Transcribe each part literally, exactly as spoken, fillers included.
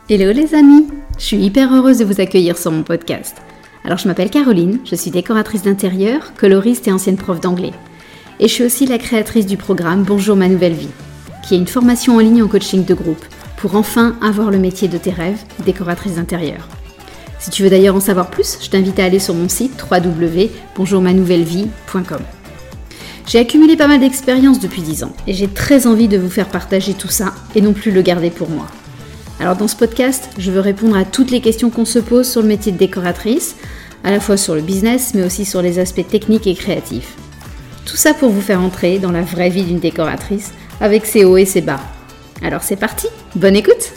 Hello les amis, je suis hyper heureuse de vous accueillir sur mon podcast. Alors je m'appelle Caroline, je suis décoratrice d'intérieur, coloriste et ancienne prof d'anglais. Et je suis aussi la créatrice du programme Bonjour ma nouvelle vie, qui est une formation en ligne en coaching de groupe pour enfin avoir le métier de tes rêves, décoratrice d'intérieur. Si tu veux d'ailleurs en savoir plus, je t'invite à aller sur mon site w w w point bonjour ma nouvelle vie point com. J'ai accumulé pas mal d'expérience depuis dix ans et j'ai très envie de vous faire partager tout ça et non plus le garder pour moi. Alors dans ce podcast, je veux répondre à toutes les questions qu'on se pose sur le métier de décoratrice, à la fois sur le business mais aussi sur les aspects techniques et créatifs. Tout ça pour vous faire entrer dans la vraie vie d'une décoratrice avec ses hauts et ses bas. Alors c'est parti, bonne écoute!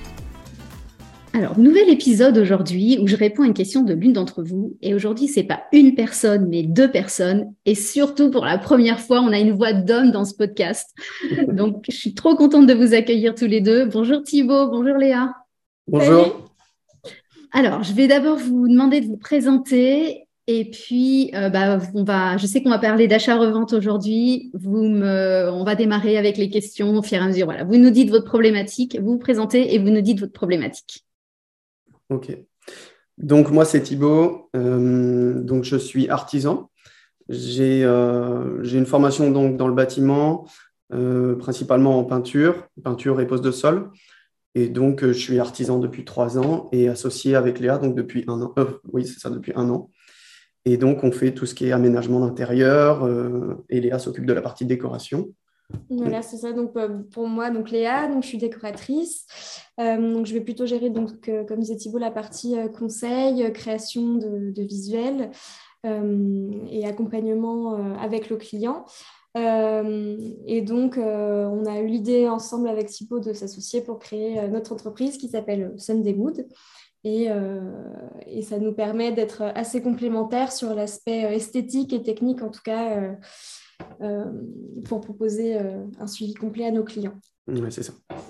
Alors, nouvel épisode aujourd'hui où je réponds à une question de l'une d'entre vous. Et aujourd'hui, c'est pas une personne, mais deux personnes. Et surtout, pour la première fois, on a une voix d'homme dans ce podcast. Donc, je suis trop contente de vous accueillir tous les deux. Bonjour Thibaut, bonjour Léa. Bonjour. Alors, je vais d'abord vous demander de vous présenter. Et puis, euh, bah, on va, je sais qu'on va parler d'achat-revente aujourd'hui. Vous me, on va démarrer avec les questions au fur et à mesure. Voilà, vous nous dites votre problématique, vous vous présentez et vous nous dites votre problématique. Ok. Donc, moi, c'est Thibaut. Euh, donc, je suis artisan. J'ai euh, j'ai une formation donc, dans le bâtiment, euh, principalement en peinture, peinture et pose de sol. Et donc, je suis artisan depuis trois ans et associé avec Léa donc depuis un an. Euh, oui, c'est ça, depuis un an. Et donc, on fait tout ce qui est aménagement d'intérieur euh, et Léa s'occupe de la partie décoration. Voilà, c'est ça. Donc, pour moi, donc Léa, donc, je suis décoratrice. Euh, donc, je vais plutôt gérer, donc, euh, comme disait Thibaut, la partie euh, conseil, euh, création de, de visuels euh, et accompagnement euh, avec le client. Euh, et donc, euh, on a eu l'idée ensemble avec Thibaut de s'associer pour créer euh, notre entreprise qui s'appelle Sunday Mood. Et, euh, et ça nous permet d'être assez complémentaires sur l'aspect esthétique et technique, en tout cas, euh, euh, pour proposer euh, un suivi complet à nos clients. Oui, c'est ça.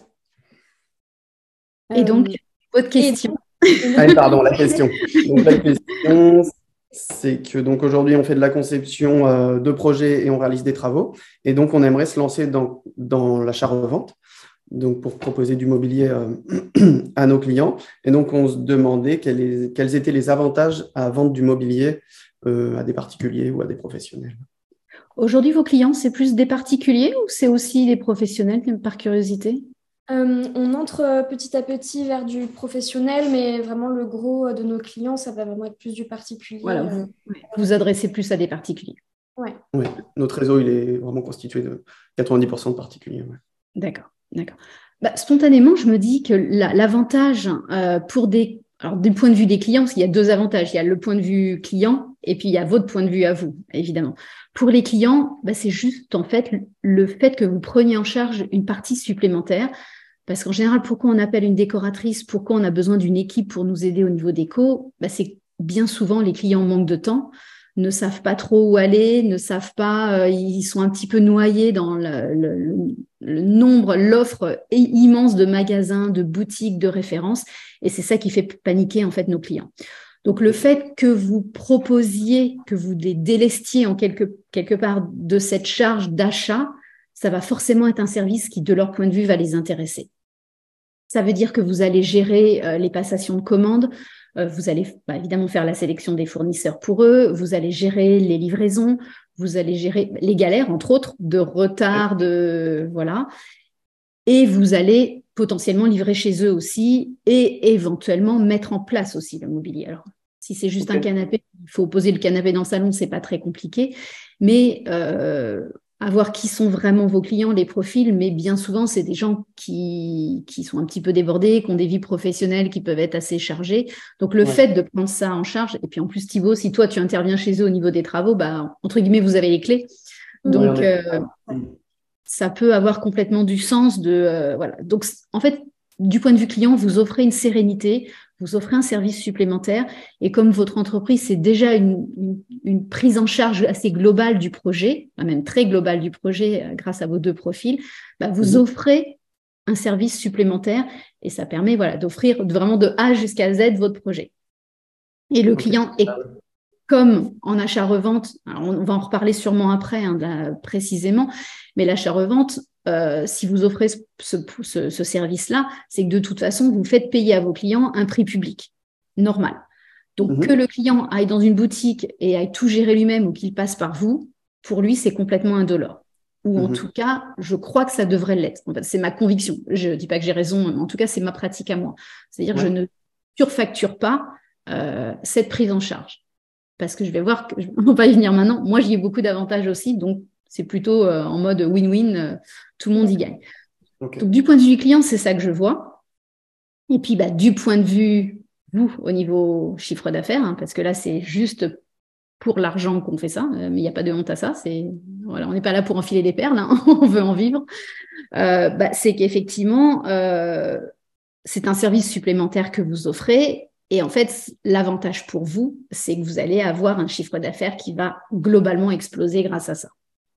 Et donc, euh, votre question. Ah, pardon, la question. Donc, la question, c'est que donc aujourd'hui, on fait de la conception euh, de projets et on réalise des travaux. Et donc, on aimerait se lancer dans, dans l'achat-revente, donc pour proposer du mobilier euh, à nos clients. Et donc, on se demandait quels, est, quels étaient les avantages à vendre du mobilier euh, à des particuliers ou à des professionnels. Aujourd'hui, vos clients, c'est plus des particuliers ou c'est aussi des professionnels, par curiosité ? Euh, on entre petit à petit vers du professionnel, mais vraiment le gros de nos clients, ça va vraiment être plus du particulier. Voilà, vous vous adressez plus à des particuliers. Ouais. Oui, notre réseau, il est vraiment constitué de quatre-vingt-dix pour cent de particuliers. Ouais. D'accord, d'accord. Bah, spontanément, je me dis que la, l'avantage euh, pour des... Alors, du point de vue des clients, parce qu'il y a deux avantages. Il y a le point de vue client et puis il y a votre point de vue à vous, évidemment. Pour les clients, bah, c'est juste en fait le fait que vous preniez en charge une partie supplémentaire. Parce qu'en général, pourquoi on appelle une décoratrice, pourquoi on a besoin d'une équipe pour nous aider au niveau déco, bah, c'est bien souvent les clients manquent de temps, ne savent pas trop où aller, ne savent pas, euh, ils sont un petit peu noyés dans le, le, le nombre, l'offre immense de magasins, de boutiques, de références, et c'est ça qui fait paniquer en fait nos clients. Donc le fait que vous proposiez, que vous les délestiez en quelque, quelque part de cette charge d'achat, ça va forcément être un service qui, de leur point de vue, va les intéresser. Ça veut dire que vous allez gérer euh, les passations de commandes, euh, vous allez bah, évidemment faire la sélection des fournisseurs pour eux, vous allez gérer les livraisons, vous allez gérer les galères, entre autres, de retard, de voilà, et vous allez potentiellement livrer chez eux aussi et éventuellement mettre en place aussi le mobilier. Alors, si c'est juste okay. un canapé, il faut poser le canapé dans le salon, c'est pas très compliqué, mais euh, à voir qui sont vraiment vos clients, les profils, mais bien souvent, c'est des gens qui, qui sont un petit peu débordés, qui ont des vies professionnelles qui peuvent être assez chargées. Donc, le ouais. fait de prendre ça en charge, et puis en plus, Thibaut, si toi, tu interviens chez eux au niveau des travaux, bah, entre guillemets, vous avez les clés. Donc, ouais, euh, ça peut avoir complètement du sens de… Euh, voilà. Donc, en fait, du point de vue client, vous offrez une sérénité, vous offrez un service supplémentaire et comme votre entreprise, c'est déjà une, une, une prise en charge assez globale du projet, même très globale du projet euh, grâce à vos deux profils, bah, vous mmh. offrez un service supplémentaire et ça permet voilà, d'offrir vraiment de A jusqu'à Z votre projet. Et le okay. client est… comme en achat-revente, on va en reparler sûrement après, hein, là, précisément, mais l'achat-revente, euh, si vous offrez ce, ce, ce service-là, c'est que de toute façon, vous faites payer à vos clients un prix public, normal. Donc, mmh. que le client aille dans une boutique et aille tout gérer lui-même ou qu'il passe par vous, pour lui, c'est complètement indolore. Ou en mmh. tout cas, je crois que ça devrait l'être. En fait, c'est ma conviction. Je ne dis pas que j'ai raison, mais en tout cas, c'est ma pratique à moi. C'est-à-dire ouais. que je ne surfacture pas euh, cette prise en charge. Parce que je vais voir, que, on va y venir maintenant, moi j'y ai beaucoup d'avantages aussi, donc c'est plutôt euh, en mode win-win, euh, tout le monde y gagne. Okay. Donc du point de vue du client, c'est ça que je vois. Et puis bah, du point de vue, vous, au niveau chiffre d'affaires, hein, parce que là c'est juste pour l'argent qu'on fait ça, euh, mais il n'y a pas de honte à ça, c'est, voilà, on n'est pas là pour enfiler des perles, hein, on veut en vivre. Euh, bah, c'est qu'effectivement, euh, c'est un service supplémentaire que vous offrez. Et en fait, l'avantage pour vous, c'est que vous allez avoir un chiffre d'affaires qui va globalement exploser grâce à ça.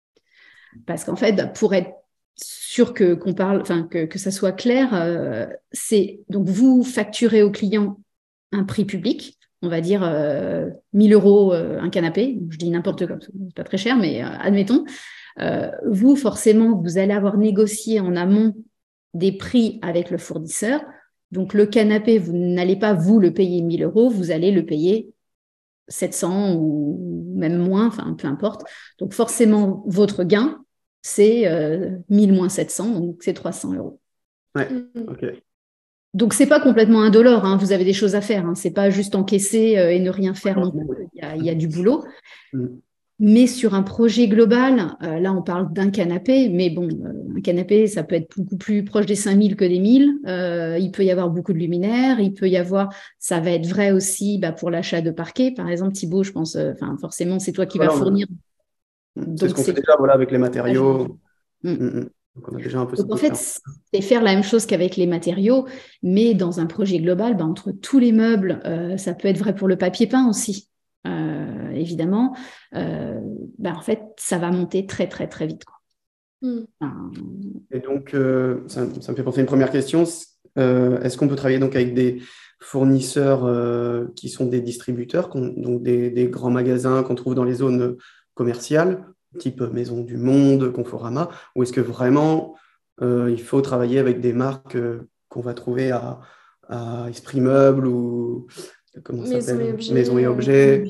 Parce qu'en fait, pour être sûr que, qu'on parle, enfin, que, que ça soit clair, euh, c'est donc vous facturez au client un prix public, on va dire euh, mille euros euh, un canapé, je dis n'importe quoi, c'est pas très cher, mais euh, admettons. Euh, vous, forcément, vous allez avoir négocié en amont des prix avec le fournisseur. Donc, le canapé, vous n'allez pas vous le payer mille euros, vous allez le payer sept cents ou même moins, enfin, peu importe. Donc, forcément, votre gain, c'est euh, mille moins sept cents, donc c'est trois cents euros. Ouais, ok. Donc, ce n'est pas complètement indolore, hein, vous avez des choses à faire. Hein, ce n'est pas juste encaisser euh, et ne rien faire non plus. Il y a, il y a du boulot. Mm. Mais sur un projet global, euh, là, on parle d'un canapé, mais bon, euh, un canapé, ça peut être beaucoup plus proche des cinq mille que des mille. Euh, il peut y avoir beaucoup de luminaires, il peut y avoir, ça va être vrai aussi bah, pour l'achat de parquet. Par exemple, Thibaut, je pense, euh, forcément, c'est toi qui voilà, vas fournir. C'est ce qu'on fait déjà voilà, avec les matériaux. Mmh. Mmh. Donc, on a déjà un peu Donc, en fait, c'est faire la même chose qu'avec les matériaux, mais dans un projet global, bah, entre tous les meubles, euh, ça peut être vrai pour le papier peint aussi. Euh, évidemment, euh, bah, en fait, ça va monter très, très, très vite, quoi. Mm. Enfin... Et donc, euh, ça, ça me fait penser à une première question. Euh, est-ce qu'on peut travailler donc avec des fournisseurs euh, qui sont des distributeurs, donc des, des grands magasins qu'on trouve dans les zones commerciales, type Maison du Monde, Conforama, ou est-ce que vraiment euh, il faut travailler avec des marques euh, qu'on va trouver à, à Esprit Meuble ou... Comment ça Maison et objets. Maison et objets.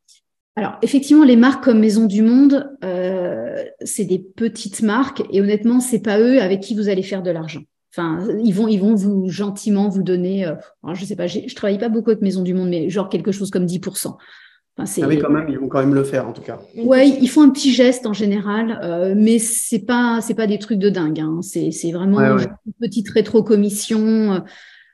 Alors, effectivement, les marques comme Maison du Monde, euh, c'est des petites marques et honnêtement, c'est pas eux avec qui vous allez faire de l'argent. Enfin, ils vont, ils vont vous gentiment vous donner, euh, alors je sais pas, je travaille pas beaucoup avec Maison du Monde, mais genre quelque chose comme dix pour cent. Enfin, c'est... Ah oui, quand même, ils vont quand même le faire en tout cas. Ouais, ils font un petit geste en général, euh, mais c'est pas, c'est pas des trucs de dingue. Hein. C'est, c'est vraiment ouais, ouais. une petite rétro-commission. Euh,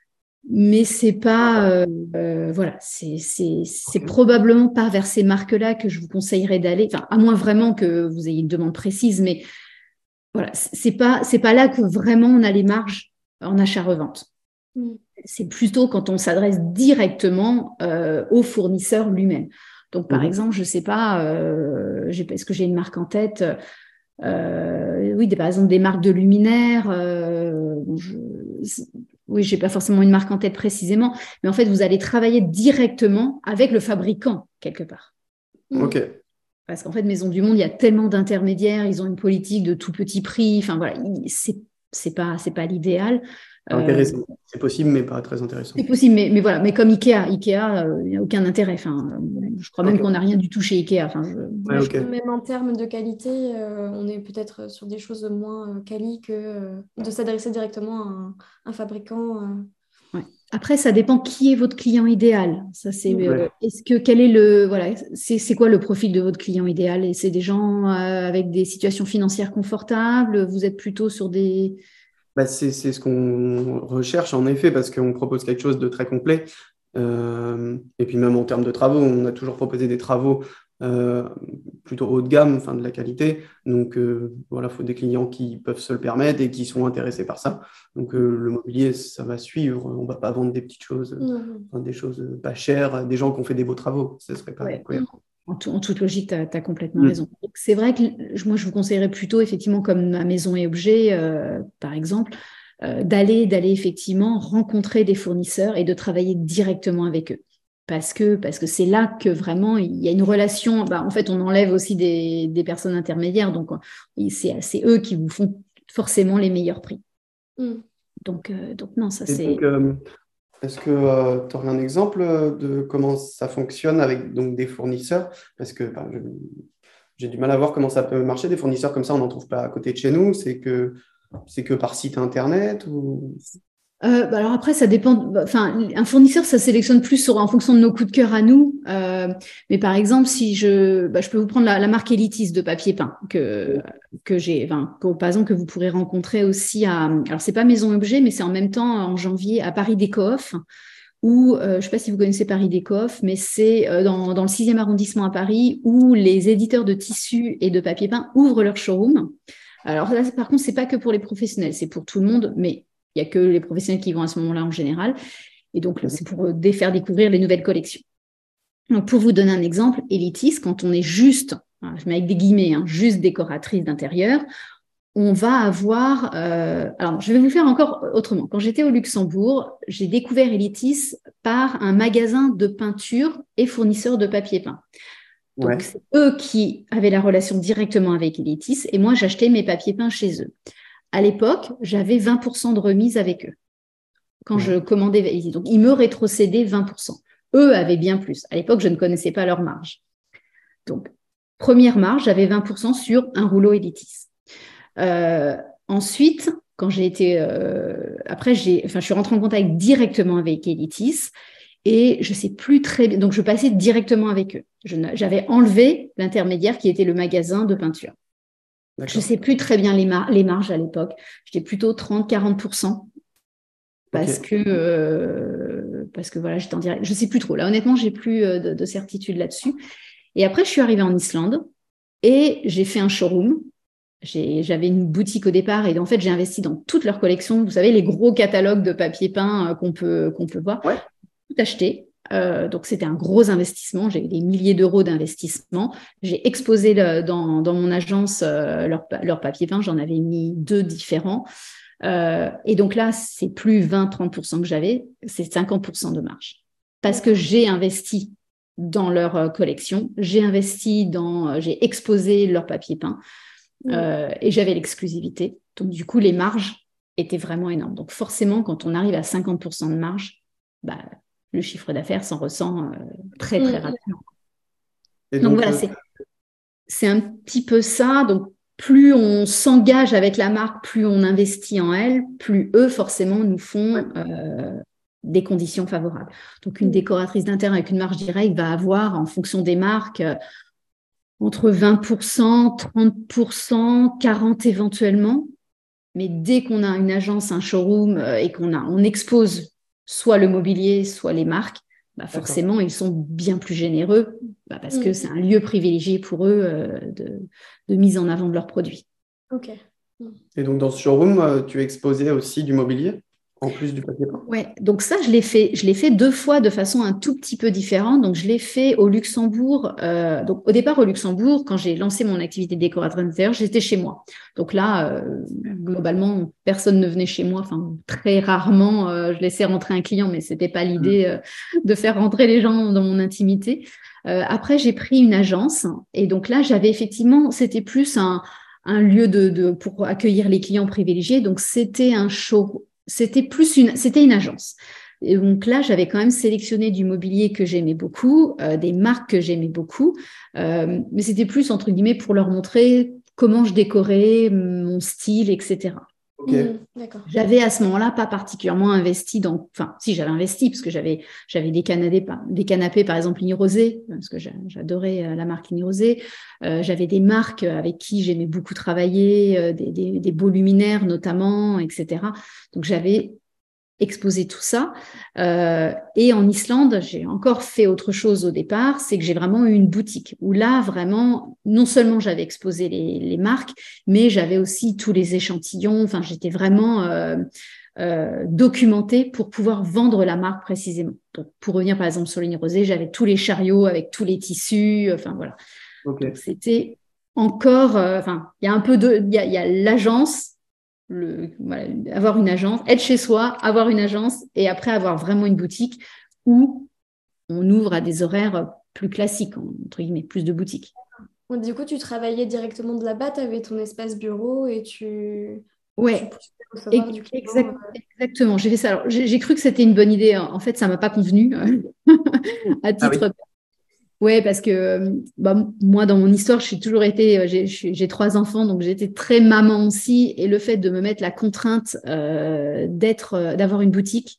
Mais c'est pas, euh, euh, voilà, c'est, c'est, c'est okay. probablement pas vers ces marques-là que je vous conseillerais d'aller. Enfin, à moins vraiment que vous ayez une demande précise, mais voilà, c'est pas, c'est pas là que vraiment on a les marges en achat-revente. Mm. C'est plutôt quand on s'adresse directement euh, au fournisseur lui-même. Donc, par mm. exemple, je sais pas, euh, j'ai, est-ce que j'ai une marque en tête? Euh, oui, des, par exemple, des marques de luminaires. Euh, je, oui, je n'ai pas forcément une marque en tête précisément, mais en fait, vous allez travailler directement avec le fabricant, quelque part. OK. Parce qu'en fait, Maison du Monde, il y a tellement d'intermédiaires, ils ont une politique de tout petit prix. Enfin, voilà, c'est, c'est pas, c'est pas l'idéal. Intéressant. Euh, c'est possible, mais pas très intéressant. C'est possible, mais, mais voilà, mais comme Ikea, Ikea, il n'y a aucun intérêt. Enfin, je crois même okay. qu'on n'a rien du tout chez Ikea. Enfin, je... Ouais, okay. Même en termes de qualité, euh, on est peut-être sur des choses moins euh, quali que euh, de s'adresser directement à un, un fabricant. Euh... Ouais. Après, ça dépend qui est votre client idéal. Ça, c'est, ouais. euh, est-ce que quel est le voilà, c'est, c'est quoi le profil de votre client idéal? Et c'est des gens euh, avec des situations financières confortables? Vous êtes plutôt sur des Bah, c'est, c'est ce qu'on recherche en effet parce qu'on propose quelque chose de très complet. Euh, et puis même en termes de travaux, on a toujours proposé des travaux euh, plutôt haut de gamme, enfin de la qualité. Donc euh, voilà, il faut des clients qui peuvent se le permettre et qui sont intéressés par ça. Donc euh, le mobilier, ça va suivre. On ne va pas vendre des petites choses, mmh. enfin, des choses pas chères, des gens qui ont fait des beaux travaux. Ce ne serait pas ouais. cohérent. En, tout, en toute logique, tu as complètement mmh. raison. Donc, c'est vrai que moi, je vous conseillerais plutôt, effectivement, comme ma Maison et Objets, euh, par exemple, euh, d'aller, d'aller effectivement rencontrer des fournisseurs et de travailler directement avec eux. parce que parce que c'est là que vraiment il y a une relation. Bah, en fait, on enlève aussi des, des personnes intermédiaires, donc c'est, c'est eux qui vous font forcément les meilleurs prix. Mm. Donc, euh, donc non, ça Et c'est... donc, euh, est-ce que tu aurais un exemple de comment ça fonctionne avec donc, des fournisseurs? Parce que bah, je- j'ai du mal à voir comment ça peut marcher. Des fournisseurs comme ça, on n'en trouve pas à côté de chez nous. C'est que, c'est que par site internet ou... Euh, bah alors après, ça dépend. Enfin, un fournisseur, ça sélectionne plus sur, en fonction de nos coups de cœur à nous. Euh, mais par exemple, si je, bah, je peux vous prendre la, la marque Elitis de papier peint que que j'ai, enfin, que, par exemple que vous pourrez rencontrer aussi à. Alors c'est pas Maison Objet, mais c'est en même temps en janvier à Paris Déco-Off, où euh, je ne sais pas si vous connaissez Paris Déco-Off, mais c'est euh, dans, dans le sixième arrondissement à Paris, où les éditeurs de tissus et de papier peint ouvrent leur showroom. Alors là, par contre, c'est pas que pour les professionnels, c'est pour tout le monde, mais il n'y a que les professionnels qui vont à ce moment-là en général. Et donc, c'est pour euh, faire découvrir les nouvelles collections. Donc, pour vous donner un exemple, Elitis, quand on est juste, je mets avec des guillemets, hein, juste décoratrice d'intérieur, on va avoir... Euh, alors, je vais vous le faire encore autrement. Quand j'étais au Luxembourg, j'ai découvert Elitis par un magasin de peinture et fournisseur de papier peint. Donc, Ouais. c'est eux qui avaient la relation directement avec Elitis et moi, j'achetais mes papiers peints chez eux. À l'époque, j'avais vingt pour cent de remise avec eux quand je commandais Elitis. Donc, ils me rétrocédaient vingt pour cent. Eux avaient bien plus. À l'époque, je ne connaissais pas leur marge. Donc, première marge, j'avais vingt pour cent sur un rouleau Elitis. Euh, ensuite, quand j'ai été... Euh, après, j'ai, enfin, je suis rentrée en contact directement avec Elitis et je ne sais plus très bien... Donc, je passais directement avec eux. Je, j'avais enlevé l'intermédiaire qui était le magasin de peinture. D'accord. Je ne sais plus très bien les, mar- les marges à l'époque. J'étais plutôt trente à quarante pour cent parce okay. que, euh, parce que voilà, j'étais en direct. Je ne sais plus trop. Là, honnêtement, je n'ai plus euh, de, de certitude là-dessus. Et après, je suis arrivée en Islande et j'ai fait un showroom. J'ai, j'avais une boutique au départ et en fait, j'ai investi dans toutes leurs collections. Vous savez, les gros catalogues de papier peint euh, qu'on peut, qu'on peut voir. Ouais. Tout acheté. Euh, donc, c'était un gros investissement. J'ai eu des milliers d'euros d'investissement. J'ai exposé le, dans, dans mon agence euh, leur, leur papier peint. J'en avais mis deux différents. Euh, et donc là, c'est plus vingt à trente pour cent que j'avais, c'est cinquante pour cent de marge. Parce que j'ai investi dans leur euh, collection, j'ai investi dans, euh, j'ai exposé leur papier peint euh, et j'avais l'exclusivité. Donc du coup, les marges étaient vraiment énormes. Donc forcément, quand on arrive à cinquante pour cent de marge, bah, le chiffre d'affaires s'en ressent euh, très, très rapidement. Et donc, donc voilà, euh... c'est, c'est un petit peu ça. Donc, plus on s'engage avec la marque, plus on investit en elle, plus eux, forcément, nous font euh, des conditions favorables. Donc, une décoratrice d'intérieur avec une marge directe va avoir, en fonction des marques, euh, entre vingt pour cent, trente pour cent, quarante pour cent éventuellement. Mais dès qu'on a une agence, un showroom euh, et qu'on a, on expose soit le mobilier, soit les marques, bah forcément, ils sont bien plus généreux bah parce mmh. que c'est un lieu privilégié pour eux euh, de, de mise en avant de leurs produits. Ok. Et donc, dans ce showroom, tu exposais aussi du mobilier en plus du papier peint? Oui, donc ça, je l'ai fait, je l'ai fait deux fois de façon un tout petit peu différente. Donc, je l'ai fait au Luxembourg. Euh, donc, au départ, au Luxembourg, quand j'ai lancé mon activité de décoratrice d'intérieur, j'étais chez moi. Donc là, euh, globalement, personne ne venait chez moi. Enfin, très rarement, euh, je laissais rentrer un client, mais c'était pas l'idée euh, de faire rentrer les gens dans mon intimité. Euh, après, j'ai pris une agence et donc là, j'avais effectivement, c'était plus un, un lieu de, de pour accueillir les clients privilégiés. Donc, c'était un show. C'était plus une, c'était une agence. Et donc là, j'avais quand même sélectionné du mobilier que j'aimais beaucoup, euh, des marques que j'aimais beaucoup, euh, mais c'était plus entre guillemets pour leur montrer comment je décorais, mon style, et cetera. Okay. Mmh, d'accord. J'avais à ce moment-là pas particulièrement investi dans, enfin, si j'avais investi parce que j'avais, j'avais des canapés, des canapés par exemple Ligne Rosée parce que j'adorais la marque Ligne Rosée. Euh, j'avais des marques avec qui j'aimais beaucoup travailler, euh, des, des, des beaux luminaires notamment, et cetera. Donc j'avais exposé tout ça. Euh, et en Islande, j'ai encore fait autre chose au départ, c'est que j'ai vraiment eu une boutique où là, vraiment, non seulement j'avais exposé les, les marques, mais j'avais aussi tous les échantillons. Enfin, j'étais vraiment euh, euh, documentée pour pouvoir vendre la marque précisément. Donc, pour revenir par exemple sur Ligne Rosée, j'avais tous les chariots avec tous les tissus. Enfin, voilà. Okay. Donc, c'était encore... Euh, enfin, il y a un peu de... Il y a, il y a l'agence... Le, voilà, avoir une agence, être chez soi, avoir une agence et après avoir vraiment une boutique où on ouvre à des horaires plus classiques, entre guillemets, plus de boutiques. Donc, du coup, tu travaillais directement de là-bas, tu avais ton espace bureau et tu, tu Ouais, pouvais recevoir ex- du client. exact- euh, exactement. J'ai fait ça. Alors, j'ai j'ai cru que c'était une bonne idée. En fait, ça m'a pas convenu à Ah oui. titre. Ouais, parce que euh, bah, moi, dans mon histoire, j'ai toujours été, euh, j'ai j'ai- j'ai trois enfants, donc j'étais très maman aussi. Et le fait de me mettre la contrainte euh, d'être, euh, d'avoir une boutique,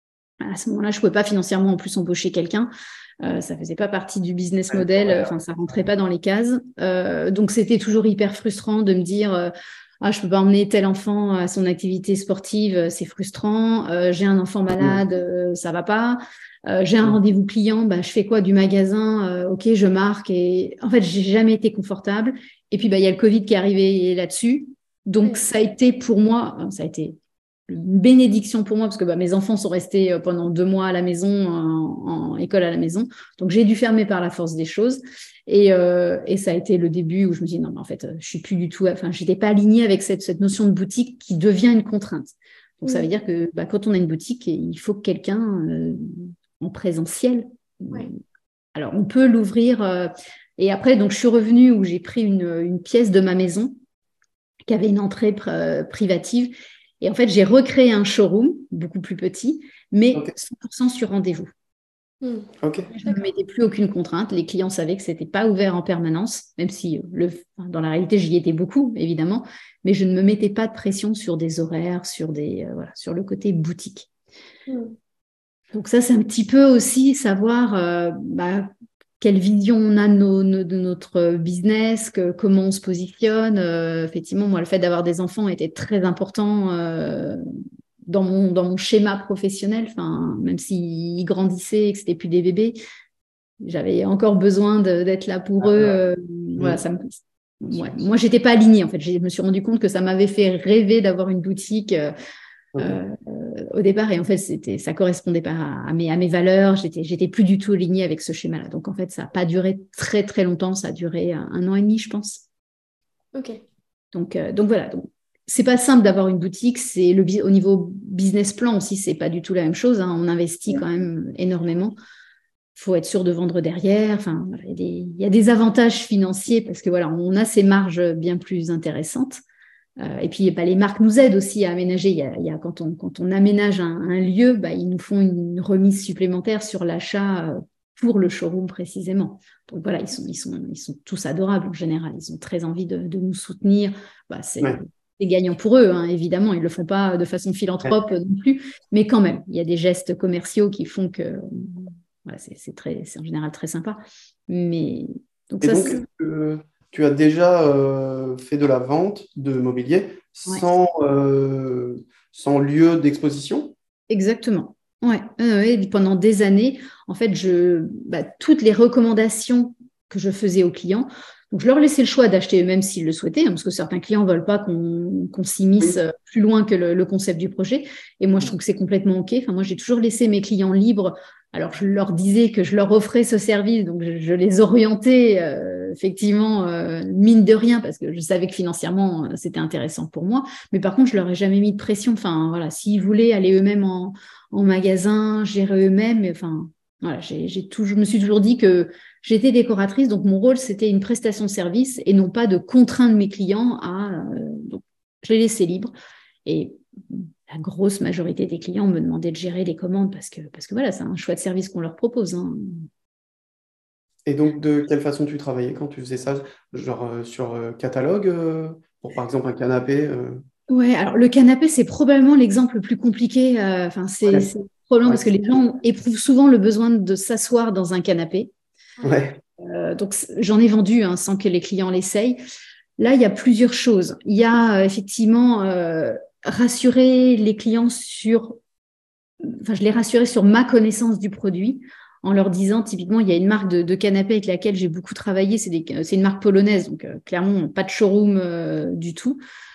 à ce moment-là, je ne pouvais pas financièrement en plus embaucher quelqu'un. Euh, ça faisait pas partie du business model, enfin, ça rentrait pas dans les cases. Euh, donc, c'était toujours hyper frustrant de me dire, euh, ah, je peux pas emmener tel enfant à son activité sportive, euh, c'est frustrant. Euh, j'ai un enfant Mm. malade, euh, ça va pas. Euh, j'ai un Mm. rendez-vous client, bah, je fais quoi du magasin? Euh, ok, je marque. Et en fait, j'ai jamais été confortable. Et puis, bah, il y a le Covid qui est arrivé là-dessus. Donc, ouais. ça a été pour moi, ça a été une bénédiction pour moi parce que bah, mes enfants sont restés euh, pendant deux mois à la maison, en, en école à la maison. Donc, j'ai dû fermer par la force des choses. Et, euh, et ça a été le début où je me dis non, mais en fait, je suis plus du tout, enfin, je n'étais pas alignée avec cette, cette notion de boutique qui devient une contrainte. Donc, ça veut Mm. dire que bah, quand on a une boutique, il faut que quelqu'un euh, en présentiel. Ouais. Alors, on peut l'ouvrir. Euh, et après, donc, je suis revenue où j'ai pris une, une pièce de ma maison qui avait une entrée pr- privative. Et en fait, j'ai recréé un showroom beaucoup plus petit, mais Ok. cent pour cent sur rendez-vous. Mm. Ok. Je ne me D'accord. mettais plus aucune contrainte. Les clients savaient que ce n'était pas ouvert en permanence, même si euh, le, enfin, dans la réalité, j'y étais beaucoup, évidemment, mais je ne me mettais pas de pression sur des horaires, sur, des, euh, voilà, sur le côté boutique. Mm. Donc ça, c'est un petit peu aussi savoir euh, bah, quelle vision on a de, nos- nos- de notre business, que, comment on se positionne. Euh, effectivement, moi, le fait d'avoir des enfants était très important euh, dans mon, dans mon schéma professionnel. Enfin, même s'ils grandissaient et que c'était plus des bébés, j'avais encore besoin de- d'être là pour eux. Euh, voilà, Mm. ça me, ouais. Moi, j'étais pas alignée. En fait, je me suis rendu compte que ça m'avait fait rêver d'avoir une boutique. Euh, Ok. euh, au départ. Et en fait, c'était, ça correspondait pas à, à mes, à mes valeurs. J'étais, j'étais plus du tout alignée avec ce schéma-là. Donc, en fait, ça n'a pas duré très, très longtemps. Ça a duré un, un an et demi, je pense. Ok. Donc, euh, donc voilà. Donc, c'est pas simple d'avoir une boutique. C'est le, au niveau business plan aussi, c'est pas du tout la même chose. Hein. On investit quand même énormément. Il faut être sûr de vendre derrière. Enfin, voilà, il y a des, il y a des avantages financiers parce que voilà, on a ces marges bien plus intéressantes. Euh, et puis, bah, les marques nous aident aussi à aménager. Il y a, il y a, quand, on, quand on aménage un, un lieu, bah, ils nous font une remise supplémentaire sur l'achat euh, pour le showroom précisément. Donc voilà, ils sont, ils sont, ils sont tous adorables en général. Ils ont très envie de, de nous soutenir. Bah, c'est, Ouais. c'est gagnant pour eux, hein, évidemment. Ils ne le font pas de façon Ouais. philanthrope non plus. Mais quand même, il y a des gestes commerciaux qui font que voilà, c'est, c'est, très, c'est en général très sympa. Mais donc Et ça, donc, c'est, euh, tu as déjà euh, fait de la vente de mobilier ouais. sans, euh, sans lieu d'exposition? Exactement. Ouais, euh, et pendant des années, en fait, je, bah, toutes les recommandations que je faisais aux clients, donc je leur laissais le choix d'acheter eux-mêmes s'ils le souhaitaient, hein, parce que certains clients ne veulent pas qu'on qu'on s'immisce Oui. euh, plus loin que le, le concept du projet. Et moi, je trouve que c'est complètement OK. Enfin, moi, j'ai toujours laissé mes clients libres. Alors, je leur disais que je leur offrais ce service, donc je, je les orientais euh, effectivement, euh, mine de rien, parce que je savais que financièrement, euh, c'était intéressant pour moi. Mais par contre, je leur ai jamais mis de pression. Enfin, voilà, s'ils voulaient aller eux-mêmes en, en magasin, gérer eux-mêmes, mais enfin, voilà, j'ai, j'ai tout, je me suis toujours dit que j'étais décoratrice, donc mon rôle, c'était une prestation de service et non pas de contraindre mes clients à. Euh, donc, je les laissais libres. Et la grosse majorité des clients me demandaient de gérer les commandes parce que, parce que voilà, c'est un choix de service qu'on leur propose. Hein. Et donc, de quelle façon tu travaillais quand tu faisais ça? Genre euh, sur euh, catalogue, euh, pour par exemple un canapé euh, Ouais, alors le canapé, c'est probablement l'exemple le plus compliqué. euh, Enfin, c'est, Ouais. c'est probablement Ouais. parce que les gens éprouvent souvent le besoin de s'asseoir dans un canapé. Ouais. Ouais. Euh, donc, j'en ai vendu hein, sans que les clients l'essayent. Là, il y a plusieurs choses. Il y a euh, effectivement euh, rassurer les clients sur, enfin, je les rassurais sur ma connaissance du produit en leur disant, typiquement, il y a une marque de, de canapé avec laquelle j'ai beaucoup travaillé, c'est, des, c'est une marque polonaise, donc euh, clairement, pas de showroom euh, du tout.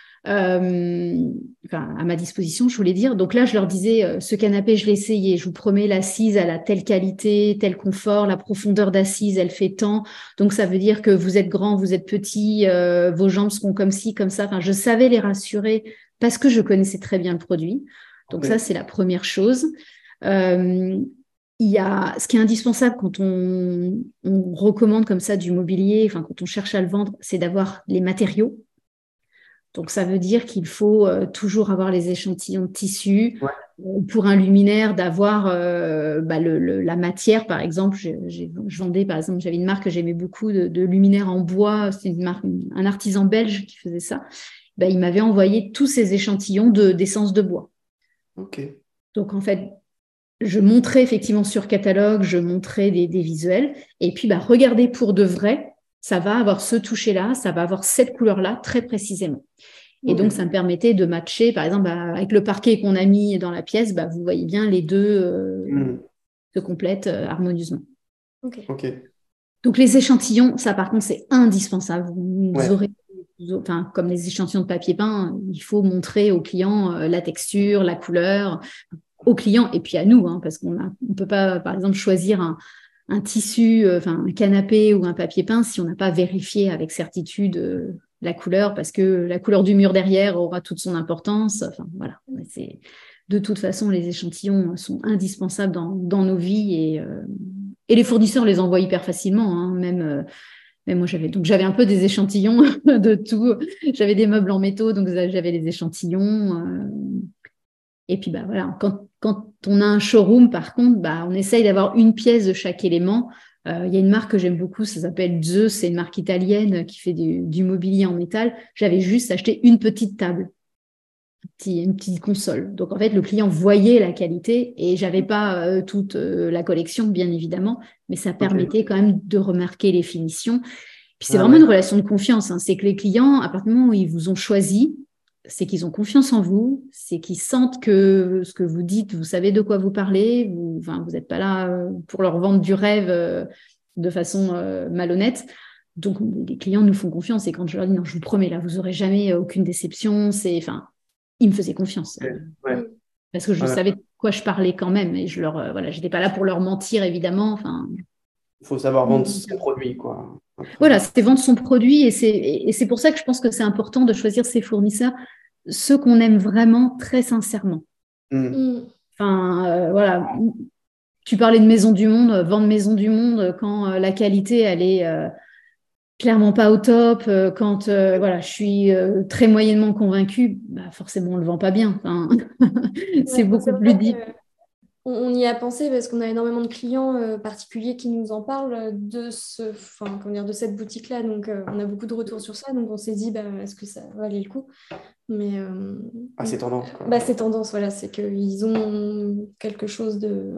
Euh, enfin, à ma disposition, je voulais dire. Donc là, je leur disais, euh, ce canapé, je l'ai essayé. Je vous promets, l'assise, elle a telle qualité, tel confort, la profondeur d'assise, elle fait tant. Donc ça veut dire que vous êtes grand, vous êtes petit, euh, vos jambes seront comme ci, comme ça. Enfin, je savais les rassurer parce que je connaissais très bien le produit. Donc ça, Ok. c'est la première chose. Euh, il y a ce qui est indispensable quand on, on recommande comme ça du mobilier, enfin quand on cherche à le vendre, c'est d'avoir les matériaux. Donc ça veut dire qu'il faut euh, toujours avoir les échantillons de tissu. Ouais. Euh, pour un luminaire, d'avoir euh, bah, le, le, la matière, par exemple. J'ai, j'ai, je vendais, par exemple, j'avais une marque que j'aimais beaucoup de, de luminaires en bois. C'était une marque, un artisan belge qui faisait ça. Bah, il m'avait envoyé tous ces échantillons de, d'essence de bois. Ok. Donc en fait, je montrais effectivement sur catalogue, je montrais des, des visuels. Et puis, bah, regardez pour de vrai, ça va avoir ce toucher-là, ça va avoir cette couleur-là très précisément. Et Ok. donc, ça me permettait de matcher, par exemple, bah, avec le parquet qu'on a mis dans la pièce, bah, vous voyez bien, les deux euh, Mm. se complètent euh, harmonieusement. Ok. Ok. Donc, les échantillons, ça, par contre, c'est indispensable. Vous Ouais. aurez, enfin, comme les échantillons de papier peint, il faut montrer au client euh, la texture, la couleur, au client et puis à nous, hein, parce qu'on ne on peut pas, par exemple, choisir un, un tissu, euh, enfin, un canapé ou un papier peint si on n'a pas vérifié avec certitude euh, la couleur, parce que la couleur du mur derrière aura toute son importance. Enfin, voilà. C'est, de toute façon, les échantillons sont indispensables dans, dans nos vies et, euh, et les fournisseurs les envoient hyper facilement, hein, même. Euh, même moi, j'avais donc j'avais un peu des échantillons de tout. J'avais des meubles en métaux, donc j'avais les échantillons. Euh, et puis, bah, voilà, quand, quand on a un showroom, par contre, bah, on essaye d'avoir une pièce de chaque élément. Euh, il y a une marque que j'aime beaucoup, ça s'appelle Zeus, c'est une marque italienne qui fait du, du mobilier en métal. J'avais juste acheté une petite table, un petit, une petite console. Donc, en fait, le client voyait la qualité et j'avais pas euh, toute euh, la collection, bien évidemment, mais ça permettait Ok. quand même de remarquer les finitions. Puis c'est Ah vraiment une ouais. relation de confiance, hein. C'est que les clients, à partir du moment où ils vous ont choisi, c'est qu'ils ont confiance en vous, c'est qu'ils sentent que ce que vous dites, vous savez de quoi vous parlez, vous, enfin, vous n'êtes pas là euh, pour leur vendre du rêve euh, de façon euh, malhonnête. Donc les clients nous font confiance et quand je leur dis non, je vous promets là, vous aurez jamais euh, aucune déception, c'est, enfin, ils me faisaient confiance Ok. euh, Ouais. Mm. parce que je Voilà. savais de quoi je parlais quand même et je leur, euh, voilà, j'étais pas là pour leur mentir évidemment, enfin. Il faut savoir vendre son produit, quoi. Après. Voilà, c'est vendre son produit et c'est, et c'est pour ça que je pense que c'est important de choisir ses fournisseurs, ceux qu'on aime vraiment très sincèrement. Mm. Mm. Enfin, euh, voilà, tu parlais de Maison du Monde, euh, vendre Maison du Monde euh, quand euh, la qualité, elle est euh, clairement pas au top, euh, quand euh, voilà, je suis euh, très moyennement convaincue, bah, forcément, on le vend pas bien. Enfin, c'est Ouais, c'est beaucoup plus vrai difficile. que On, on y a pensé parce qu'on a énormément de clients euh, particuliers qui nous en parlent euh, de, ce, enfin, comment dire, de cette boutique-là. Donc, euh, on a beaucoup de retours sur ça. Donc, on s'est dit, bah, est-ce que ça valait le coup? Mais euh, Ah, c'est tendance, quoi. bah, c'est tendance, voilà, c'est qu'ils ont quelque chose de,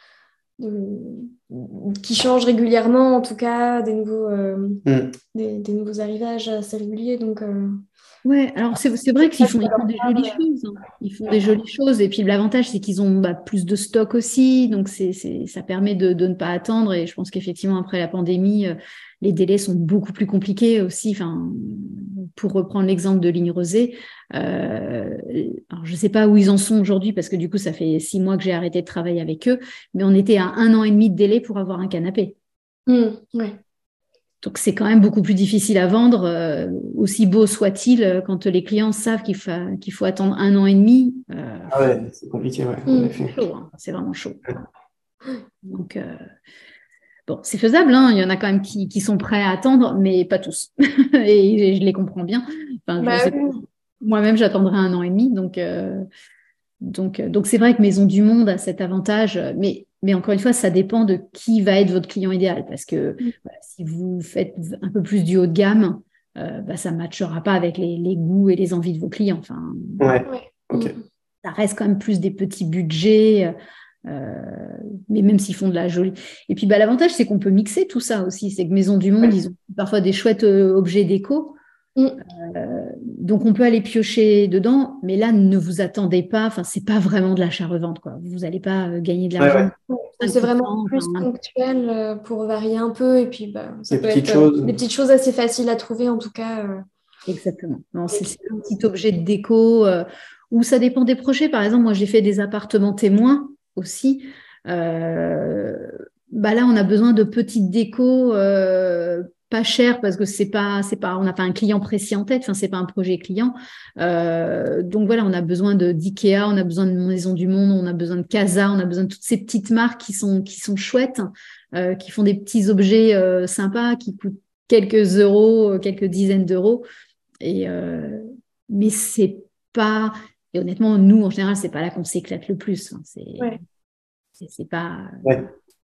de- qui change régulièrement, en tout cas, des nouveaux, euh, Mm. des, des nouveaux arrivages assez réguliers. Donc, euh, Ouais, alors c'est c'est vrai qu'ils font, ils font des jolies choses, hein. Ils font des jolies choses. Et puis l'avantage, c'est qu'ils ont bah, plus de stock aussi. Donc c'est, c'est, ça permet de, de ne pas attendre. Et je pense qu'effectivement, après la pandémie, euh, les délais sont beaucoup plus compliqués aussi. Enfin, pour reprendre l'exemple de Ligne Rosée, euh, alors je ne sais pas où ils en sont aujourd'hui parce que du coup, ça fait six mois que j'ai arrêté de travailler avec eux. Mais on était à un an et demi de délai pour avoir un canapé. mm, ouais. Donc, c'est quand même beaucoup plus difficile à vendre, euh, aussi beau soit-il, euh, quand les clients savent qu'il faut, qu'il faut attendre un an et demi. Euh, Ah ouais, c'est compliqué, ouais, en Mm. c'est effet. chaud, hein, c'est vraiment chaud. Donc, euh, bon, c'est faisable, hein, il y en a quand même qui, qui sont prêts à attendre, mais pas tous. et, et je les comprends bien. Enfin, je Bah sais, oui. moi-même, j'attendrai un an et demi. Donc, euh, donc, euh, donc c'est vrai que Maison du Monde a cet avantage, euh, mais, mais encore une fois, ça dépend de qui va être votre client idéal. Parce que voilà, si vous faites un peu plus du haut de gamme, euh, bah, ça ne matchera pas avec les, les goûts et les envies de vos clients. Enfin, Ouais, Ouais. ok. Mm. ça reste quand même plus des petits budgets, euh, mais même s'ils font de la jolie. Et puis bah, l'avantage, c'est qu'on peut mixer tout ça aussi. C'est que Maison du Monde, ils ont parfois des chouettes euh, objets déco. Mm. Euh, donc on peut aller piocher dedans, mais là ne vous attendez pas, enfin c'est pas vraiment de l'achat-revente quoi. Vous n'allez pas euh, gagner de Ouais, l'argent ouais. C'est vraiment cinq pour cent, plus enfin, ponctuel euh, pour varier un peu. Et puis, bah, ça Des peut petites être euh, choses. des petites choses assez faciles à trouver, en tout cas. euh, exactement. Non, c'est avec- c'est un petit objet de déco euh, ou ça dépend des projets. Par exemple, moi j'ai fait des appartements témoins aussi. Euh, bah là on a besoin de petites décos euh, pas cher parce que c'est pas, c'est pas, on n'a pas un client précis en tête. Enfin, c'est pas un projet client. Euh, donc voilà, on a besoin de d'IKEA, on a besoin de Maison du Monde, on a besoin de Casa, on a besoin de toutes ces petites marques qui sont qui sont chouettes, euh, qui font des petits objets euh, sympas, qui coûtent quelques euros, quelques dizaines d'euros. Et euh, mais c'est pas. Et honnêtement, nous en général, c'est pas là qu'on s'éclate le plus. Hein. C'est, Ouais. c'est, c'est pas. Ouais.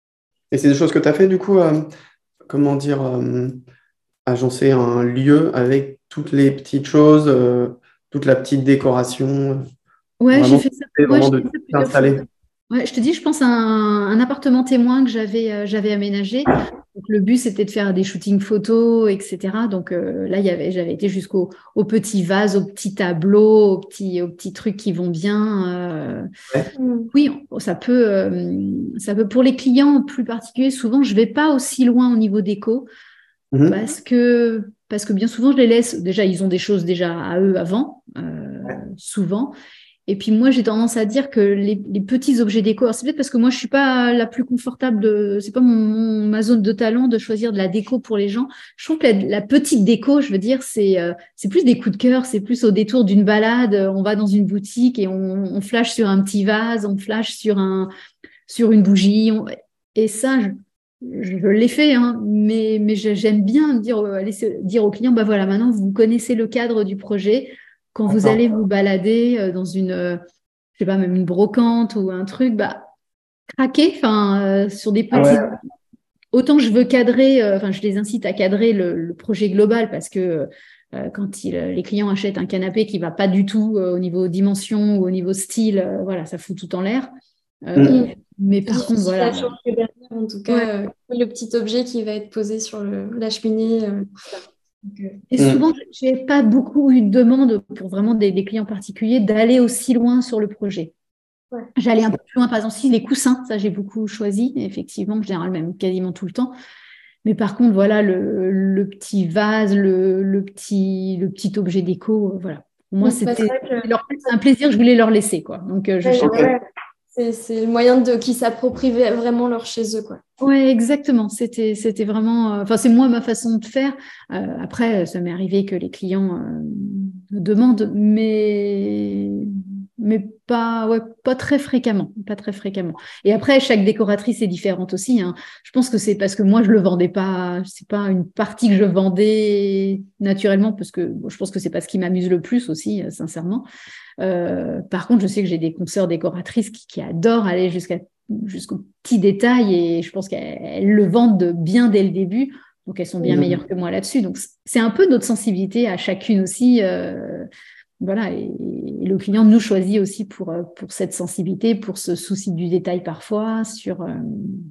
Et c'est des choses que tu as fait, du coup, euh, comment dire, euh, agencer un lieu avec toutes les petites choses, euh, toute la petite décoration, Ouais, j'ai vraiment, fait ça. c'est Ouais, vraiment j'ai de fait tout ça plusieurs fois. installer. Ouais, je te dis, je pense à un, un appartement témoin que j'avais euh, j'avais aménagé. Donc, le but, c'était de faire des shootings photos, et cetera. Donc euh, là, il y avait, j'avais été jusqu'au au petit vase, aux petits tableaux, aux petits, aux petits trucs qui vont bien. euh. Ouais. Mm. Oui, ça peut, euh, ça peut, pour les clients plus particuliers, souvent, je vais pas aussi loin au niveau déco Mhm. parce que, parce que bien souvent, je les laisse. Déjà, ils ont des choses déjà à eux avant, euh, Ouais. souvent. Et puis moi, j'ai tendance à dire que les, les petits objets déco, alors c'est peut-être parce que moi, je suis pas la plus confortable de, c'est pas mon, mon- ma zone de talent de choisir de la déco pour les gens. Je trouve que la, la petite déco, je veux dire, c'est euh, c'est plus des coups de cœur, c'est plus au détour d'une balade. euh, On va dans une boutique et on, on flash sur un petit vase, on flash sur un sur une bougie. on- Et ça, je, je l'ai fait, hein, mais mais je- j'aime bien dire, euh, aller se- dire aux clients, bah voilà, maintenant vous connaissez le cadre du projet. Quand vous D'accord. allez vous balader euh, dans une, euh, je sais pas, même une brocante ou un truc, bah, craquez, enfin, euh, sur des Ah petits. ouais. Autant je veux cadrer, euh, enfin, je les incite à cadrer le, le projet global parce que euh, quand il, les clients achètent un canapé qui va pas du tout euh, au niveau dimension ou au niveau style, euh, voilà, ça fout tout en l'air. Euh, Mm. Mm. mais C'est par contre, difficile à voilà. changer derrière, en tout Ouais. cas, euh, le petit objet qui va être posé sur le, la cheminée. euh. Donc, euh, Et Mm. souvent, j'ai pas beaucoup eu de demande pour vraiment des, des clients particuliers d'aller aussi loin sur le projet. ouais. J'allais un peu plus loin, par exemple, si les coussins, ça j'ai beaucoup choisi, effectivement, en général, même quasiment tout le temps. Mais par contre, voilà, le, le petit vase, le, le petit, le petit objet déco, euh, voilà. Pour moi, Mm. Bah, c'est c'était vrai que leur- un plaisir, je voulais leur laisser, quoi. Donc, euh, je ouais, cherche. ouais, c'est c'est le moyen de qu'ils s'approprient vraiment leur chez eux, quoi. Ouais, exactement. C'était, c'était vraiment. euh, Enfin, c'est moi ma façon de faire. Euh, après, ça m'est arrivé que les clients euh, me demandent, mais mais pas, ouais, pas très fréquemment, pas très fréquemment. Et après, chaque décoratrice est différente aussi. Hein. Je pense que c'est parce que moi je le vendais pas. C'est pas une partie que je vendais naturellement, parce que bon, je pense que c'est pas ce qui m'amuse le plus aussi, euh, sincèrement. Euh, par contre, je sais que j'ai des consoeurs décoratrices qui, qui adorent aller jusqu'à jusqu'aux petits détails et je pense qu'elles le vendent bien dès le début. Donc, elles sont bien Mm. meilleures que moi là-dessus. Donc, c'est un peu notre sensibilité à chacune aussi. Euh, voilà, et, et le client nous choisit aussi pour, pour cette sensibilité, pour ce souci du détail parfois. Sur, euh,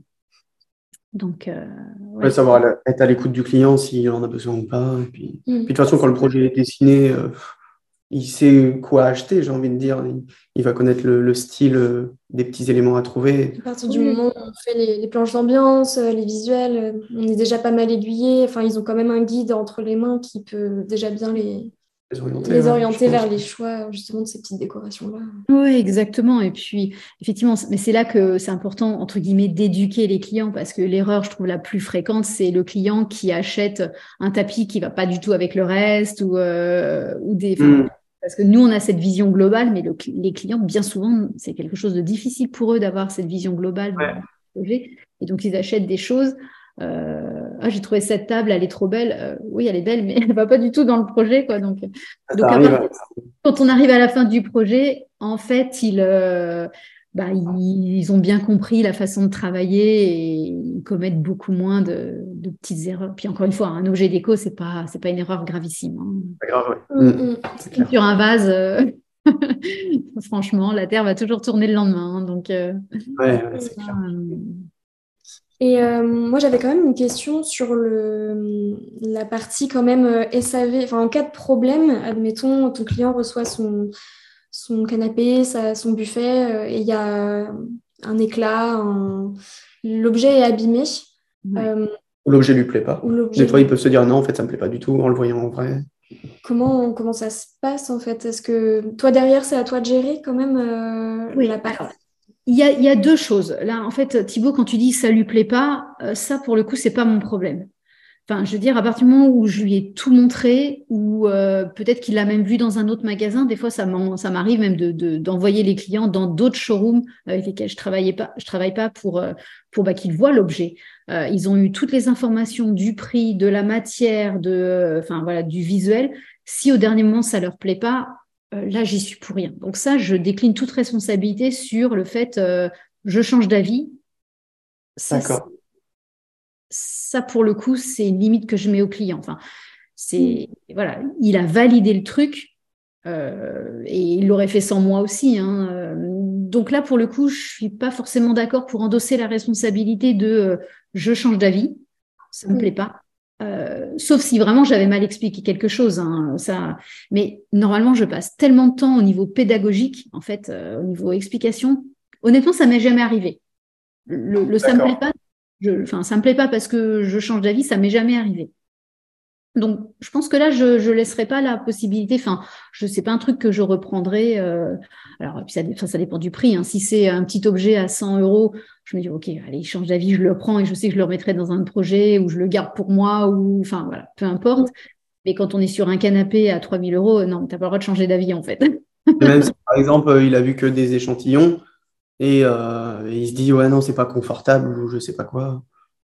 donc, euh, Ouais, ouais. savoir à- être à l'écoute du client s'il en a besoin ou pas. Et puis, Mm. puis de toute façon, quand le projet est dessiné, euh, il sait quoi acheter, j'ai envie de dire. Il, il va connaître le, le style, euh, des petits éléments à trouver. À partir du moment où on fait les, les planches d'ambiance, euh, les visuels, euh, on est déjà pas mal aiguillé. Enfin, ils ont quand même un guide entre les mains qui peut déjà bien les, Les orienter, les ouais, je orienter pense. vers les choix justement de ces petites décorations-là. Oui, exactement. Et puis, effectivement, mais c'est là que c'est important, entre guillemets, d'éduquer les clients parce que l'erreur, je trouve, la plus fréquente, c'est le client qui achète un tapis qui va pas du tout avec le reste ou, euh, ou des. Enfin, Mm. parce que nous, on a cette vision globale, mais le, les clients, bien souvent, c'est quelque chose de difficile pour eux d'avoir cette vision globale du Ouais. projet. Et donc, ils achètent des choses. Euh, ah, j'ai trouvé cette table, elle est trop belle. Euh, oui, elle est belle, mais elle va pas du tout dans le projet, quoi. Donc, Ça donc à arrive. partir quand on arrive à la fin du projet, en fait, ils, euh, bah, ils, ils ont bien compris la façon de travailler et ils commettent beaucoup moins de, de petites erreurs. Puis encore une fois, un objet déco, c'est pas, c'est pas une erreur gravissime. Hein. Pas grave, ouais. Mm, Mm. mm. C'est clair. Sur un vase, euh, franchement, la Terre va toujours tourner le lendemain. Hein. Donc, euh, Ouais, ouais, c'est ça, clair. euh, Et euh, moi, j'avais quand même une question sur le, la partie quand même euh, S A V. Enfin, en cas de problème, admettons, ton client reçoit son, son canapé, sa- son buffet, euh, et il y a un éclat, un- l'objet est abîmé, ouais. euh, Ou l'objet lui plaît pas. ou l'objet Des fois, lui- ils peuvent se dire non, en fait, ça me plaît pas du tout en le voyant en vrai. Comment, comment ça se passe en fait? Est-ce que toi derrière, c'est à toi de gérer quand même euh, Oui, la partie? alors, il y a, il y a deux choses. Là, en fait, Thibaut, quand tu dis ça lui plaît pas, euh, ça, pour le coup, c'est pas mon problème. Enfin, je veux dire, à partir du moment où je lui ai tout montré, ou euh, peut-être qu'il l'a même vu dans un autre magasin, des fois, ça, ça m'arrive même de, de, d'envoyer les clients dans d'autres showrooms avec lesquels je travaillais pas, je travaille pas pour, euh, pour bah, qu'ils voient l'objet. Euh, ils ont eu toutes les informations du prix, de la matière, de, euh, enfin, voilà, du visuel. Si au dernier moment, ça leur plaît pas, euh, là, j'y suis pour rien. Donc ça, je décline toute responsabilité sur le fait, euh, je change d'avis. Ça, D'accord. Ça, pour le coup, c'est une limite que je mets au client. Enfin, c'est, mmh. voilà, il a validé le truc euh, et il l'aurait fait sans moi aussi. Hein. Donc là, pour le coup, je ne suis pas forcément d'accord pour endosser la responsabilité de euh, je change d'avis, ça ne me plaît pas. Euh, sauf si vraiment j'avais mal expliqué quelque chose. Hein, ça... Mais normalement, je passe tellement de temps au niveau pédagogique, en fait, euh, au niveau explication. Honnêtement, ça ne m'est jamais arrivé. Le, le ça ne me plaît pas. Je, enfin, ça me plaît pas parce que je change d'avis, ça m'est jamais arrivé. Donc, je pense que là, je ne laisserai pas la possibilité. Enfin, je sais pas un truc que je reprendrai. Euh, alors, puis ça, enfin, ça dépend du prix. Hein. Si c'est un petit objet à cent euros, je me dis ok, allez, il change d'avis, je le prends et je sais que je le remettrai dans un projet ou je le garde pour moi ou enfin voilà, peu importe. Mmh. Mais quand on est sur un canapé à trois mille euros, non, t'as pas le droit de changer d'avis en fait. Et même si par exemple, il a vu que des échantillons. Et euh, il se dit, ouais, non, c'est pas confortable ou je sais pas quoi.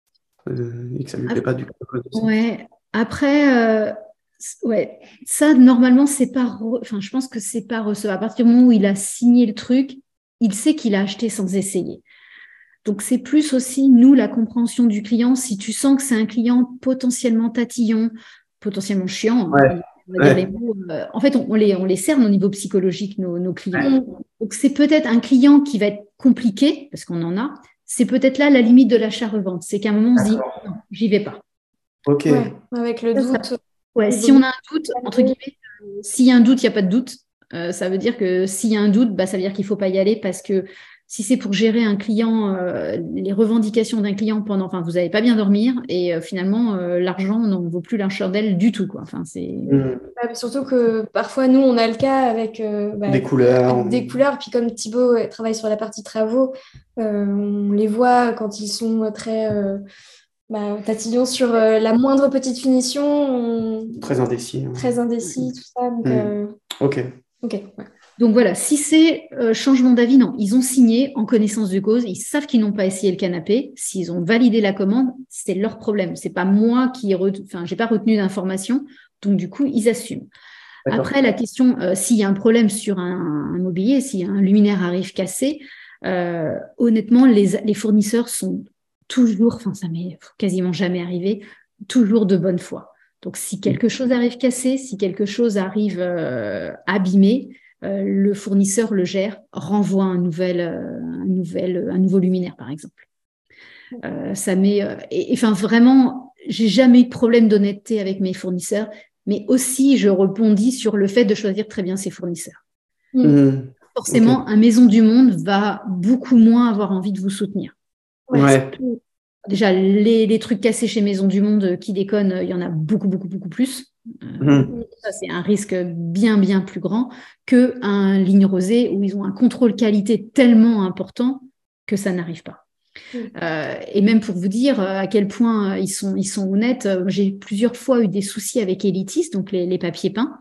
Euh, et que ça lui plaît pas du coup. Ouais, après, euh, ouais, ça, normalement, c'est pas. Re... Enfin, je pense que c'est pas recevable. À partir du moment où il a signé le truc, il sait qu'il a acheté sans essayer. Donc, c'est plus aussi, nous, la compréhension du client. Si tu sens que c'est un client potentiellement tatillon, potentiellement chiant, ouais. hein, on va dire les mots, euh, en fait, on, on, les, on les cerne au niveau psychologique, nos, nos clients. Ouais. Donc, c'est peut-être un client qui va être compliqué, parce qu'on en a. C'est peut-être là la limite de l'achat-revente. C'est qu'à un moment, on se dit, non, j'y vais pas. Ok. Ouais, avec le doute. Ça, ouais, si on a un doute, entre guillemets, euh, s'il y a un doute, il n'y a pas de doute. Euh, ça veut dire que s'il y a un doute, bah, ça veut dire qu'il ne faut pas y aller parce que si c'est pour gérer un client, euh, les revendications d'un client pendant, enfin, vous n'allez pas bien dormir et euh, finalement, euh, l'argent n'en vaut plus la chandelle du tout, quoi. Enfin, c'est... Mmh. Ouais, surtout que parfois, nous, on a le cas avec euh, bah, des couleurs. Avec des couleurs. Puis comme Thibaut travaille sur la partie travaux, euh, on les voit quand ils sont très... Euh, Bah, tatillons sur euh, la moindre petite finition. On... Très indécis. Hein. Très indécis, tout ça. Donc, mmh. euh... Ok. Ok. Ouais. Donc voilà, si c'est euh, changement d'avis, non, ils ont signé en connaissance de cause, ils savent qu'ils n'ont pas essayé le canapé, s'ils ont validé la commande, c'est leur problème. C'est pas moi qui ai, re... enfin, j'ai pas retenu d'informations, donc du coup, ils assument. D'accord. Après, la question, euh, s'il y a un problème sur un, un mobilier, si un luminaire arrive cassé, euh, honnêtement, les, les fournisseurs sont toujours, enfin ça m'est quasiment jamais arrivé, toujours de bonne foi. Donc si quelque chose arrive cassé, si quelque chose arrive euh, abîmé, euh, le fournisseur le gère, renvoie un nouvel, euh, un nouvel, un nouveau luminaire par exemple. Euh, ça met, euh, et, et enfin vraiment, j'ai jamais eu de problème d'honnêteté avec mes fournisseurs, mais aussi je rebondis sur le fait de choisir très bien ses fournisseurs. Mmh. Forcément, okay. Un Maison du Monde va beaucoup moins avoir envie de vous soutenir. Ouais. ouais. Déjà, les, les trucs cassés chez Maison du Monde qui déconnent, il y en a beaucoup, beaucoup, beaucoup plus. Euh, mmh. Ça, c'est un risque bien, bien plus grand qu'un ligne rosée où ils ont un contrôle qualité tellement important que ça n'arrive pas. Mmh. Euh, et même pour vous dire à quel point ils sont, ils sont honnêtes, j'ai plusieurs fois eu des soucis avec Elitis, donc les, les papiers peints,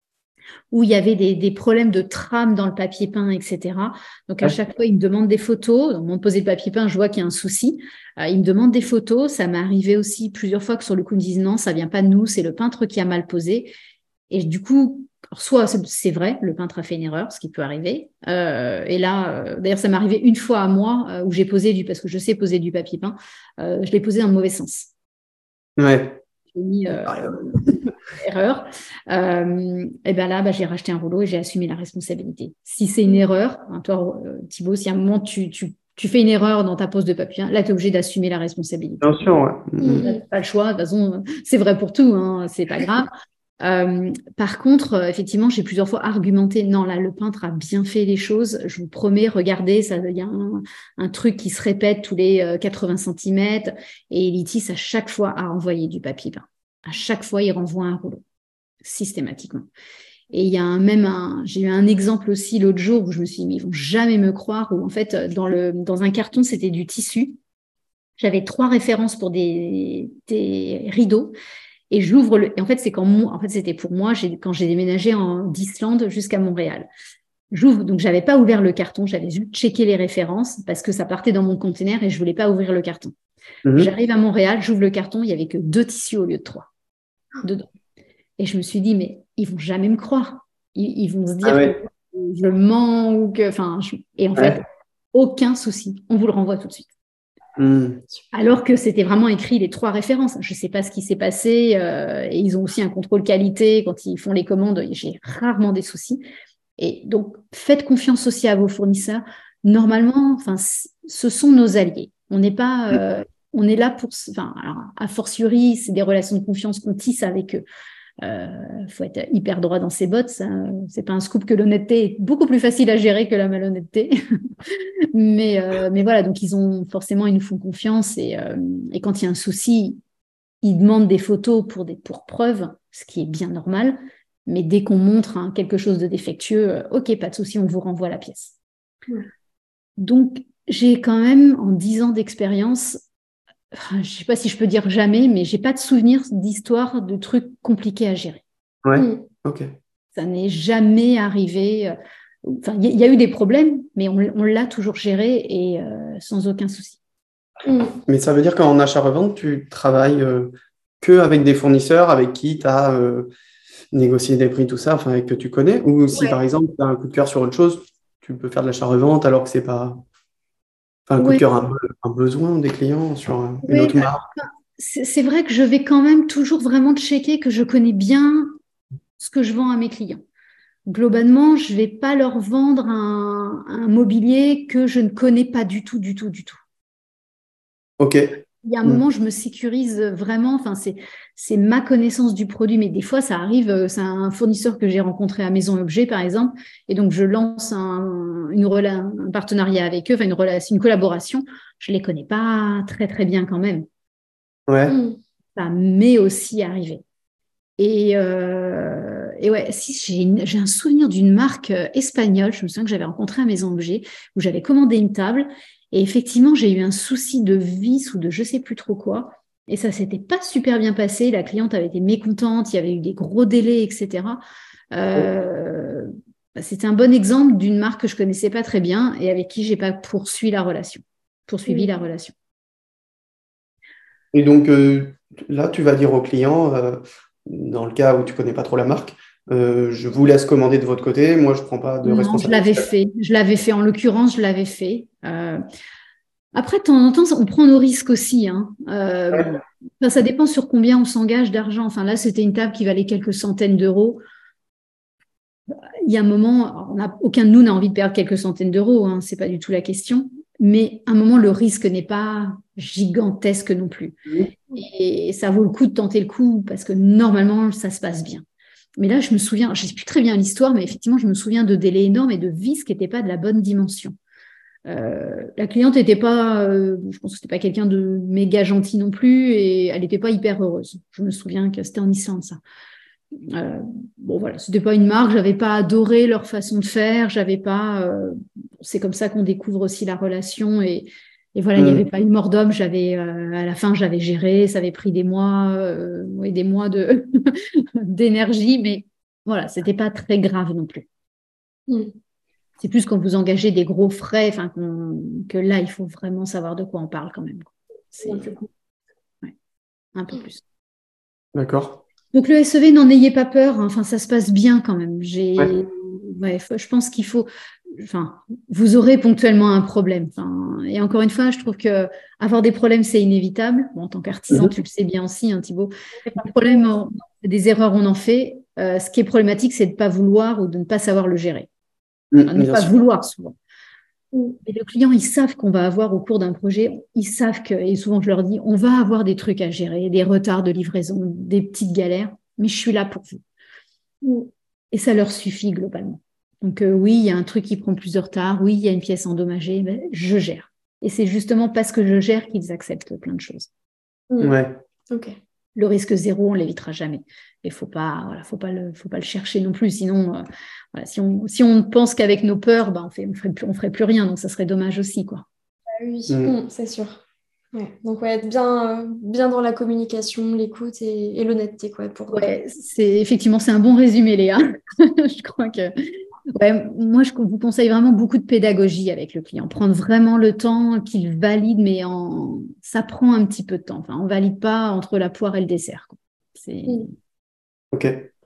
où il y avait des, des problèmes de trame dans le papier peint, et cetera. Donc, à ouais. chaque fois, ils me demandent des photos. Donc, on me posait le papier peint, je vois qu'il y a un souci. Euh, ils me demandent des photos. Ça m'est arrivé aussi plusieurs fois que sur le coup, ils me disent non, ça vient pas de nous, c'est le peintre qui a mal posé. Et du coup, soit c'est vrai, le peintre a fait une erreur, ce qui peut arriver. Euh, et là, euh, d'ailleurs, ça m'est arrivé une fois à moi euh, où j'ai posé du, parce que je sais poser du papier peint, euh, je l'ai posé dans le mauvais sens. Ouais. J'ai mis euh, erreur. Euh, et bien là, bah, j'ai racheté un rouleau et j'ai assumé la responsabilité. Si c'est une erreur, hein, toi, euh, Thibaut, si à un moment tu, tu, tu fais une erreur dans ta pose de papier, là, tu es obligé d'assumer la responsabilité. Bien sûr, ouais. Tu n'as pas le choix. De toute façon, c'est vrai pour tout, hein, c'est pas grave. Euh, par contre, euh, effectivement, j'ai plusieurs fois argumenté, non, là, le peintre a bien fait les choses, je vous promets, regardez, ça, il y a un, un truc qui se répète tous les euh, quatre-vingts centimètres, et Elitis, à chaque fois, a envoyé du papier peint. À chaque fois, il renvoie un rouleau, systématiquement. Et il y a un, même un, j'ai eu un exemple aussi l'autre jour où je me suis dit, mais ils vont jamais me croire, où en fait, dans, le, dans un carton, c'était du tissu. J'avais trois références pour des, des rideaux. Et j'ouvre le. Et en fait, c'est quand moi, en fait, c'était pour moi j'ai, quand j'ai déménagé en, d'Islande jusqu'à Montréal. J'ouvre, donc j'avais pas ouvert le carton, j'avais juste checké les références parce que ça partait dans mon conteneur et je voulais pas ouvrir le carton. Mmh. J'arrive à Montréal, j'ouvre le carton, il y avait que deux tissus au lieu de trois dedans. Et je me suis dit, mais ils vont jamais me croire. Ils, ils vont se dire ah ouais. que je mens ou que, enfin, je... et en ouais. fait, aucun souci, on vous le renvoie tout de suite. Mmh. Alors que c'était vraiment écrit les trois références. Je ne sais pas ce qui s'est passé. Euh, et ils ont aussi un contrôle qualité quand ils font les commandes. J'ai rarement des soucis. Et donc, faites confiance aussi à vos fournisseurs. Normalement, enfin, ce sont nos alliés. On n'est pas, euh, on est là pour, enfin, alors, a fortiori, c'est des relations de confiance qu'on tisse avec eux. Il euh, faut être hyper droit dans ses bottes. Ça, c'est pas un scoop que l'honnêteté est beaucoup plus facile à gérer que la malhonnêteté. mais, euh, mais voilà, donc ils ont forcément, ils nous font confiance et, euh, et quand il y a un souci, ils demandent des photos pour des pour preuves, ce qui est bien normal. Mais dès qu'on montre hein, quelque chose de défectueux, euh, ok, pas de souci, on vous renvoie la pièce. Ouais. Donc, j'ai quand même, en dix ans d'expérience, je ne sais pas si je peux dire jamais, mais je n'ai pas de souvenir d'histoire de trucs compliqués à gérer. Ouais, mmh. ok. Ça n'est jamais arrivé. Enfin, il y, y a eu des problèmes, mais on, on l'a toujours géré et euh, sans aucun souci. Mmh. Mais ça veut dire qu'en achat-revente, tu travailles euh, que avec des fournisseurs avec qui tu as... Euh, négocier des prix, tout ça, enfin, que tu connais, ou si ouais. par exemple tu as un coup de cœur sur autre chose, tu peux faire de l'achat-revente alors que c'est pas enfin, un coup ouais. de cœur, un, un besoin des clients sur une ouais. autre marque. C'est, c'est vrai que je vais quand même toujours vraiment checker que je connais bien ce que je vends à mes clients. Globalement, je ne vais pas leur vendre un, un mobilier que je ne connais pas du tout, du tout, du tout. Ok. Il y a un moment, je me sécurise vraiment. Enfin, c'est, c'est ma connaissance du produit. Mais des fois, ça arrive. C'est un fournisseur que j'ai rencontré à Maison Objet, par exemple. Et donc, je lance un, une rela- un partenariat avec eux, enfin, une, relation, une collaboration. Je ne les connais pas très, très bien quand même. Ouais. Ça m'est aussi arrivé. Et, euh, et ouais, si j'ai, une, j'ai un souvenir d'une marque espagnole. Je me souviens que j'avais rencontré à Maison Objet où j'avais commandé une table. Et effectivement, j'ai eu un souci de vis ou de je ne sais plus trop quoi. Et ça ne s'était pas super bien passé. La cliente avait été mécontente. Il y avait eu des gros délais, et cetera. Euh, c'était un bon exemple d'une marque que je ne connaissais pas très bien et avec qui je n'ai pas poursuivi la relation. Poursuivi mmh. la relation. Et donc, euh, là, tu vas dire au client, euh, dans le cas où tu ne connais pas trop la marque, euh, je vous laisse commander de votre côté, moi je ne prends pas de non, responsabilité. Je l'avais fait, je l'avais fait, en l'occurrence, je l'avais fait. Euh, après, de temps en temps, on prend nos risques aussi. Hein. Euh, ouais. ça, ça dépend sur combien on s'engage d'argent. Enfin, là, c'était une table qui valait quelques centaines d'euros. Il y a un moment, on a, aucun de nous n'a envie de perdre quelques centaines d'euros, hein, ce n'est pas du tout la question. Mais à un moment, le risque n'est pas gigantesque non plus. Et ça vaut le coup de tenter le coup parce que normalement, ça se passe bien. Mais là, je me souviens, je ne sais plus très bien l'histoire, mais effectivement, je me souviens de délais énormes et de vis qui n'étaient pas de la bonne dimension. Euh, la cliente n'était pas, euh, je pense que c'était pas quelqu'un de méga gentil non plus et elle n'était pas hyper heureuse. Je me souviens que c'était en Islande, ça. Euh, bon, voilà, c'était pas une marque, j'avais pas adoré leur façon de faire, j'avais pas. Euh, c'est comme ça qu'on découvre aussi la relation et, et voilà, il mmh. n'y avait pas une mort d'homme. J'avais, euh, à la fin, j'avais géré, ça avait pris des mois euh, et des mois de d'énergie, mais voilà, c'était pas très grave non plus. Mmh. C'est plus quand vous engagez des gros frais, enfin que là, il faut vraiment savoir de quoi on parle quand même. C'est ouais, un peu plus. D'accord. Donc le S E V, n'en ayez pas peur. Enfin, ça se passe bien quand même. J'ai, ouais. Ouais, je pense qu'il faut. Enfin, vous aurez ponctuellement un problème. Enfin, et encore une fois, je trouve que avoir des problèmes, c'est inévitable. Bon, en tant qu'artisan, mm-hmm. tu le sais bien aussi, hein, Thibaut. Des problèmes, on, des erreurs, on en fait. Euh, ce qui est problématique, c'est de ne pas vouloir ou de ne pas savoir le gérer. Enfin, de ne pas sûr. vouloir souvent. Et le client, ils savent qu'on va avoir au cours d'un projet, ils savent que, et souvent je leur dis, on va avoir des trucs à gérer, des retards de livraison, des petites galères, mais je suis là pour vous. Et ça leur suffit globalement. Donc euh, oui, il y a un truc qui prend plus de retard, oui, il y a une pièce endommagée, mais je gère. Et c'est justement parce que je gère qu'ils acceptent plein de choses. Ouais. Ok. Le risque zéro, on ne l'évitera jamais. Il ne faut pas, voilà, faut pas, le, faut pas le chercher non plus. Sinon, euh, voilà, si, on, si on pense qu'avec nos peurs, bah, on fait, on ferait plus, on ferait plus rien. Donc, ça serait dommage aussi, quoi. Ah oui, mmh. c'est sûr. Ouais. Donc, ouais, être bien, euh, bien dans la communication, l'écoute et, et l'honnêteté, quoi, pour... Ouais, c'est effectivement, c'est un bon résumé, Léa. Je crois que ouais, moi, je vous conseille vraiment beaucoup de pédagogie avec le client. Prendre vraiment le temps qu'il valide, mais en... ça prend un petit peu de temps. Enfin, on ne valide pas entre la poire et le dessert, quoi. C'est... Mm. Ok.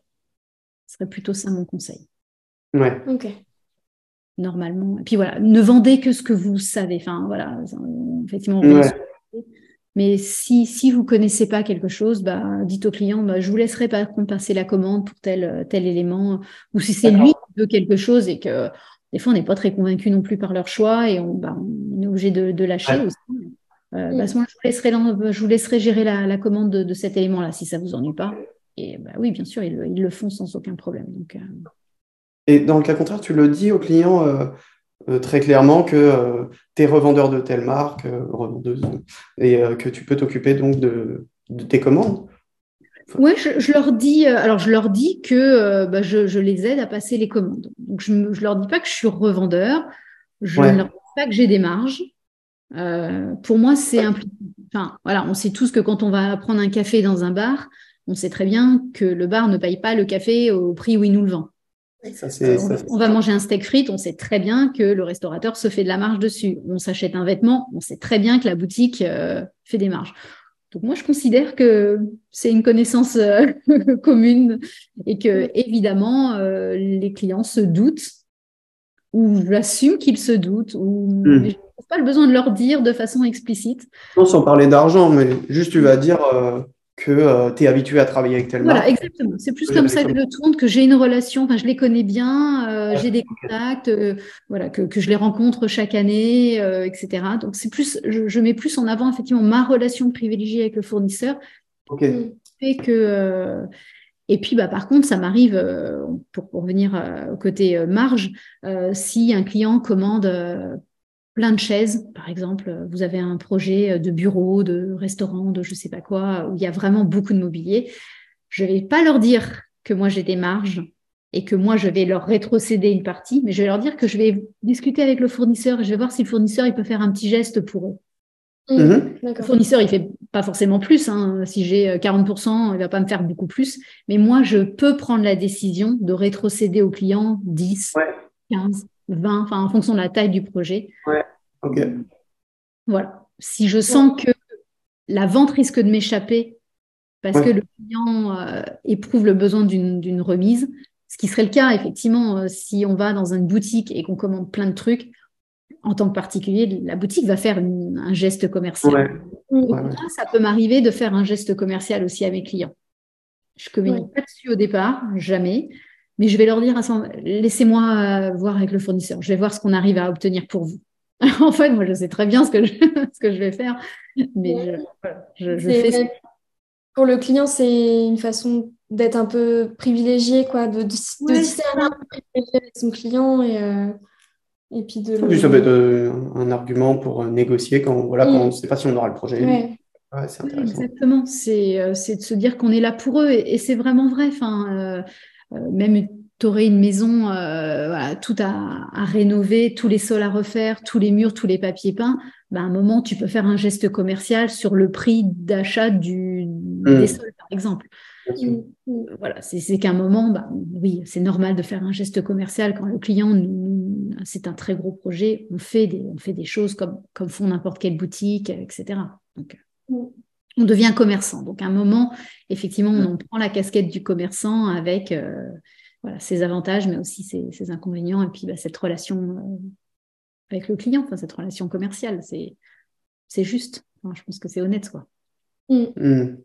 Ce serait plutôt ça mon conseil, Ouais. Ok. normalement. Et puis voilà, ne vendez que ce que vous savez. Enfin, voilà, effectivement, on vend Ouais. ce que vous savez. Mais si, si vous ne connaissez pas quelque chose, bah, dites au client, bah, je vous laisserai par contre passer la commande pour tel, tel élément. Ou si c'est lui D'accord. qui veut quelque chose et que des fois, on n'est pas très convaincu non plus par leur choix et on, bah, on est obligé de, de lâcher Ouais. aussi. Euh, bah, à ce Mm. moment-là, je vous laisserai, l'en- je vous laisserai gérer la, la commande de, de cet élément-là, si ça ne vous ennuie pas. Et bah, oui, bien sûr, ils, le- ils le font sans aucun problème. Donc, euh, Et dans le cas contraire, tu le dis au client euh, euh, très clairement que tu es revendeur de telle marque, euh, revendeuse, et euh, que tu peux t'occuper donc de, de tes commandes. Enfin, ouais, je, je leur dis, euh, alors je leur dis que euh, bah, je, je les aide à passer les commandes. Donc je ne leur dis pas que je suis revendeur, je ne leur ouais. dis pas que j'ai des marges. Euh, pour moi, c'est un, enfin voilà, on sait tous que quand on va prendre un café dans un bar, on sait très bien que le bar ne paye pas le café au prix où il nous le vend. Ça, Euh, c'est, on, ça, va, on va manger un steak frites, on sait très bien que le restaurateur se fait de la marge dessus. On s'achète un vêtement, on sait très bien que la boutique euh, fait des marges. Donc moi, je considère que c'est une connaissance euh, commune et que, Mm. évidemment, euh, les clients se doutent ou j'assume qu'ils se doutent, ou... mais je Hmm. n'ai pas le besoin de leur dire de façon explicite. Non, sans parler d'argent, mais juste tu vas dire euh, que tu es habitué à travailler avec telle Voilà, marque, exactement. C'est plus comme gérer ça que comme. je le tourne, que j'ai une relation, enfin, je les connais bien, euh, Ouais. j'ai des Ok. contacts, euh, voilà, que, que je les rencontre chaque année, euh, et cetera. Donc, c'est plus, je, je mets plus en avant, effectivement, ma relation privilégiée avec le fournisseur, Ok. Mm. fait que, euh, et puis, bah, par contre, ça m'arrive, euh, pour, pour revenir euh, au côté euh, marge, euh, si un client commande euh, plein de chaises, par exemple, euh, vous avez un projet de bureau, de restaurant, de je ne sais pas quoi, où il y a vraiment beaucoup de mobilier, je ne vais pas leur dire que moi j'ai des marges et que moi je vais leur rétrocéder une partie, mais je vais leur dire que je vais discuter avec le fournisseur et je vais voir si le fournisseur il peut faire un petit geste pour eux. Mm. Mhm. Le D'accord. fournisseur, il ne fait pas forcément plus. Hein. Si j'ai quarante pour cent, il ne va pas me faire beaucoup plus. Mais moi, je peux prendre la décision de rétrocéder au client dix, Ouais. quinze, vingt, enfin, en fonction de la taille du projet. Ouais. Ok. Voilà. Si je Ouais. sens que la vente risque de m'échapper parce que Ouais. le client euh, éprouve le besoin d'une d'une remise, ce qui serait le cas, effectivement, euh, si on va dans une boutique et qu'on commande plein de trucs, en tant que particulier, la boutique va faire une- un geste commercial. Ouais. Mm. Ouais. Donc, Ouais. moi, ça peut m'arriver de faire un geste commercial aussi à mes clients. Je ne Ouais. communique pas dessus au départ, jamais, mais je vais leur dire à ce moment, laissez-moi euh, voir avec le fournisseur, je vais voir ce qu'on arrive à obtenir pour vous. En fait, moi, je sais très bien ce que je, ce que je vais faire, mais je, Ouais. voilà, je, je C'est fais ce que... ouais, pour le client, c'est une façon d'être un peu privilégié, quoi, de, de, de Ouais, tisser c'est un ça. lien privilégié avec son client et, euh, et puis de Et puis ça peut le. être euh, un argument pour euh, négocier quand, voilà, quand on ne Mm. sait pas si on aura le projet. Ouais. Ouais, c'est Oui, intéressant. exactement. C'est euh, c'est de se dire qu'on est là pour eux et, et c'est vraiment vrai. Enfin, euh, euh, même tu aurais une maison, euh, voilà, tout à, à rénover, tous les sols à refaire, tous les murs, tous les papiers peints. Ben, à un moment, tu peux faire un geste commercial sur le prix d'achat du, des Hmm, sols, par exemple. bien sûr. Mm. Mm. Euh, Voilà, c'est c'est qu'à un moment, ben, oui, c'est normal de faire un geste commercial quand le client, nous, c'est un très gros projet. On fait des, on fait des choses comme, comme font n'importe quelle boutique, et cetera. Donc, Mm. on devient commerçant. Donc, à un moment, effectivement, on en prend la casquette du commerçant avec euh, voilà, ses avantages, mais aussi ses, ses inconvénients, et puis bah, cette relation euh, avec le client, enfin, cette relation commerciale, c'est, c'est juste. Enfin, je pense que c'est honnête, quoi. Mm. Hmm.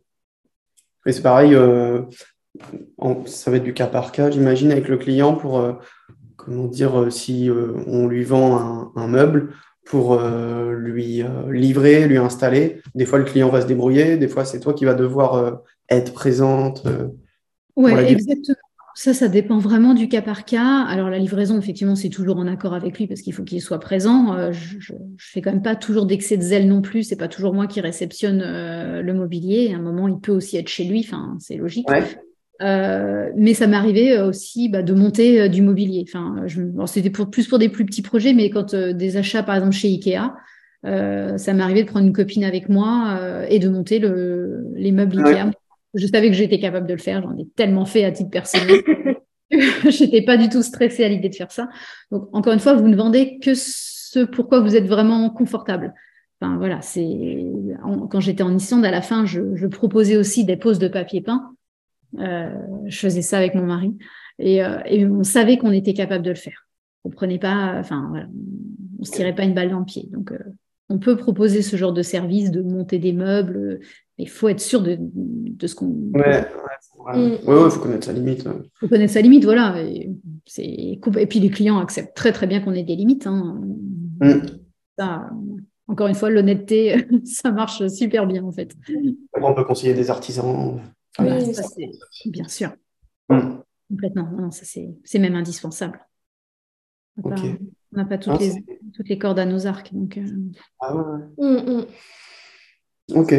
Et c'est pareil, euh, en- ça va être du cas par cas, j'imagine, avec le client pour, euh, comment dire, euh, si euh, on lui vend un, un meuble pour euh, lui euh, livrer, lui installer. Des fois, le client va se débrouiller, des fois, c'est toi qui vas devoir euh, être présente euh, pour la Ouais, livrer. exactement. Ça, ça dépend vraiment du cas par cas. Alors, la livraison, effectivement, c'est toujours en accord avec lui parce qu'il faut qu'il soit présent. Euh, je, je, je fais quand même pas toujours d'excès de zèle non plus. C'est pas toujours moi qui réceptionne euh, le mobilier. À un moment, il peut aussi être chez lui. Enfin, c'est logique. Ouais, Euh, mais ça m'est arrivé aussi bah, de monter euh, du mobilier. Enfin, je, bon, c'était pour, plus pour des plus petits projets, mais quand euh, des achats, par exemple, chez Ikea, Euh, ça m'est arrivé de prendre une copine avec moi euh, et de monter le, les meubles Ikea. Ouais. Je savais que j'étais capable de le faire. J'en ai tellement fait à titre personnel. Je n'étais pas du tout stressée à l'idée de faire ça. Donc, encore une fois, vous ne vendez que ce pourquoi vous êtes vraiment confortable. Enfin, voilà, c'est... Quand j'étais en Islande, à la fin, je, je proposais aussi des poses de papier peint. Euh, je faisais ça avec mon mari. Et, euh, et on savait qu'on était capable de le faire. On prenait pas... Enfin, voilà, on ne se tirait pas une balle dans le pied. Donc, euh, on peut proposer ce genre de service, de monter des meubles, mais il faut être sûr de, de ce qu'on... Ouais, ouais, ouais, Mm. ouais, ouais, faut connaître sa limite. ouais. Il faut connaître sa limite, voilà. Et, c'est... et puis, les clients acceptent très, très bien qu'on ait des limites. Hein. Mm. Ça, encore une fois, l'honnêteté, ça marche super bien, en fait. Après, on peut conseiller des artisans. Oui, Voilà, oui, ça, ça. c'est... Bien sûr, Mm. complètement. Non, ça, c'est, c'est même indispensable. On n'a Ok. pas, on n'a pas toutes, Ah, les, c'est- toutes les cordes à nos arcs. Donc, euh, ah ouais, ouais. Mm, mm. Ok.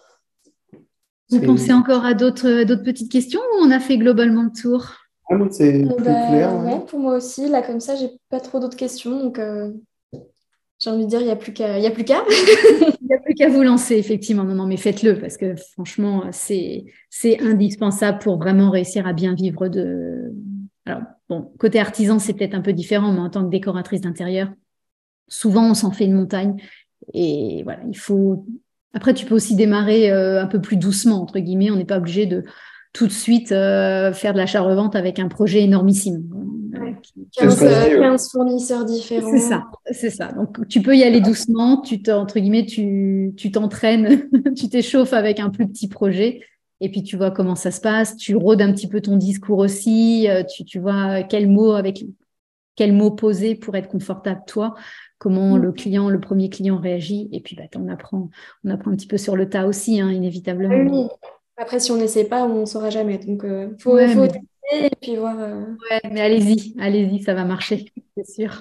vous C'est- pensez encore à d'autres, d'autres petites questions ou on a fait globalement le tour? Ah, moi, c'est Euh, plus bah, clair. ouais. ouais, pour moi aussi. Là, comme ça, j'ai pas trop d'autres questions. Donc, euh, j'ai envie de dire, il n'y a plus qu'à. Il y a plus qu'à. Il n'y a plus qu'à vous lancer, effectivement. Non, non, mais faites-le parce que franchement, c'est, c'est indispensable pour vraiment réussir à bien vivre de. Alors, bon, côté artisan, c'est peut-être un peu différent, mais en tant que décoratrice d'intérieur, souvent, on s'en fait une montagne. Et voilà, il faut. Après, tu peux aussi démarrer euh, un peu plus doucement, entre guillemets. On n'est pas obligé de tout de suite euh, faire de l'achat-revente avec un projet énormissime. Euh, qui- C'est ce quinze, qu'on se dit, ouais. quinze fournisseurs différents. C'est ça, c'est ça. Donc, tu peux y aller doucement, tu te, entre guillemets, tu, tu t'entraînes, tu t'échauffes avec un plus petit projet, et puis tu vois comment ça se passe, tu rôdes un petit peu ton discours aussi, euh, tu, tu vois quel mot avec quel mot poser pour être confortable toi, comment Mm. le client, le premier client réagit, et puis bah, on apprend, on apprend un petit peu sur le tas aussi, hein, inévitablement. Ah oui. Après, si on n'essaie pas, on ne saura jamais. Donc, il faut, Ouais, faut mais, tester et puis voir. euh, ouais, mais allez-y, allez-y, ça va marcher, c'est sûr.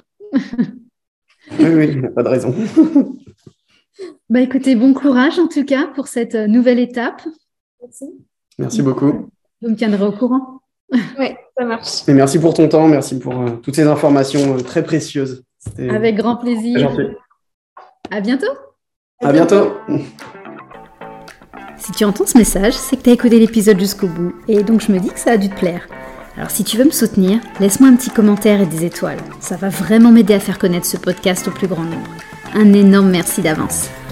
Oui, oui, il n'y a pas de raison. Bah écoutez, bon courage en tout cas pour cette euh, nouvelle étape. Merci. Merci beaucoup. Vous me tiendrez au courant. Ouais, ça marche. Et merci pour ton temps, merci pour euh, toutes ces informations euh, très précieuses. C'était Avec grand très plaisir. gentil. À bientôt. À bientôt. Si tu entends ce message, c'est que tu as écouté l'épisode jusqu'au bout et donc je me dis que ça a dû te plaire. Alors si tu veux me soutenir, laisse-moi un petit commentaire et des étoiles. Ça va vraiment m'aider à faire connaître ce podcast au plus grand nombre. Un énorme merci d'avance.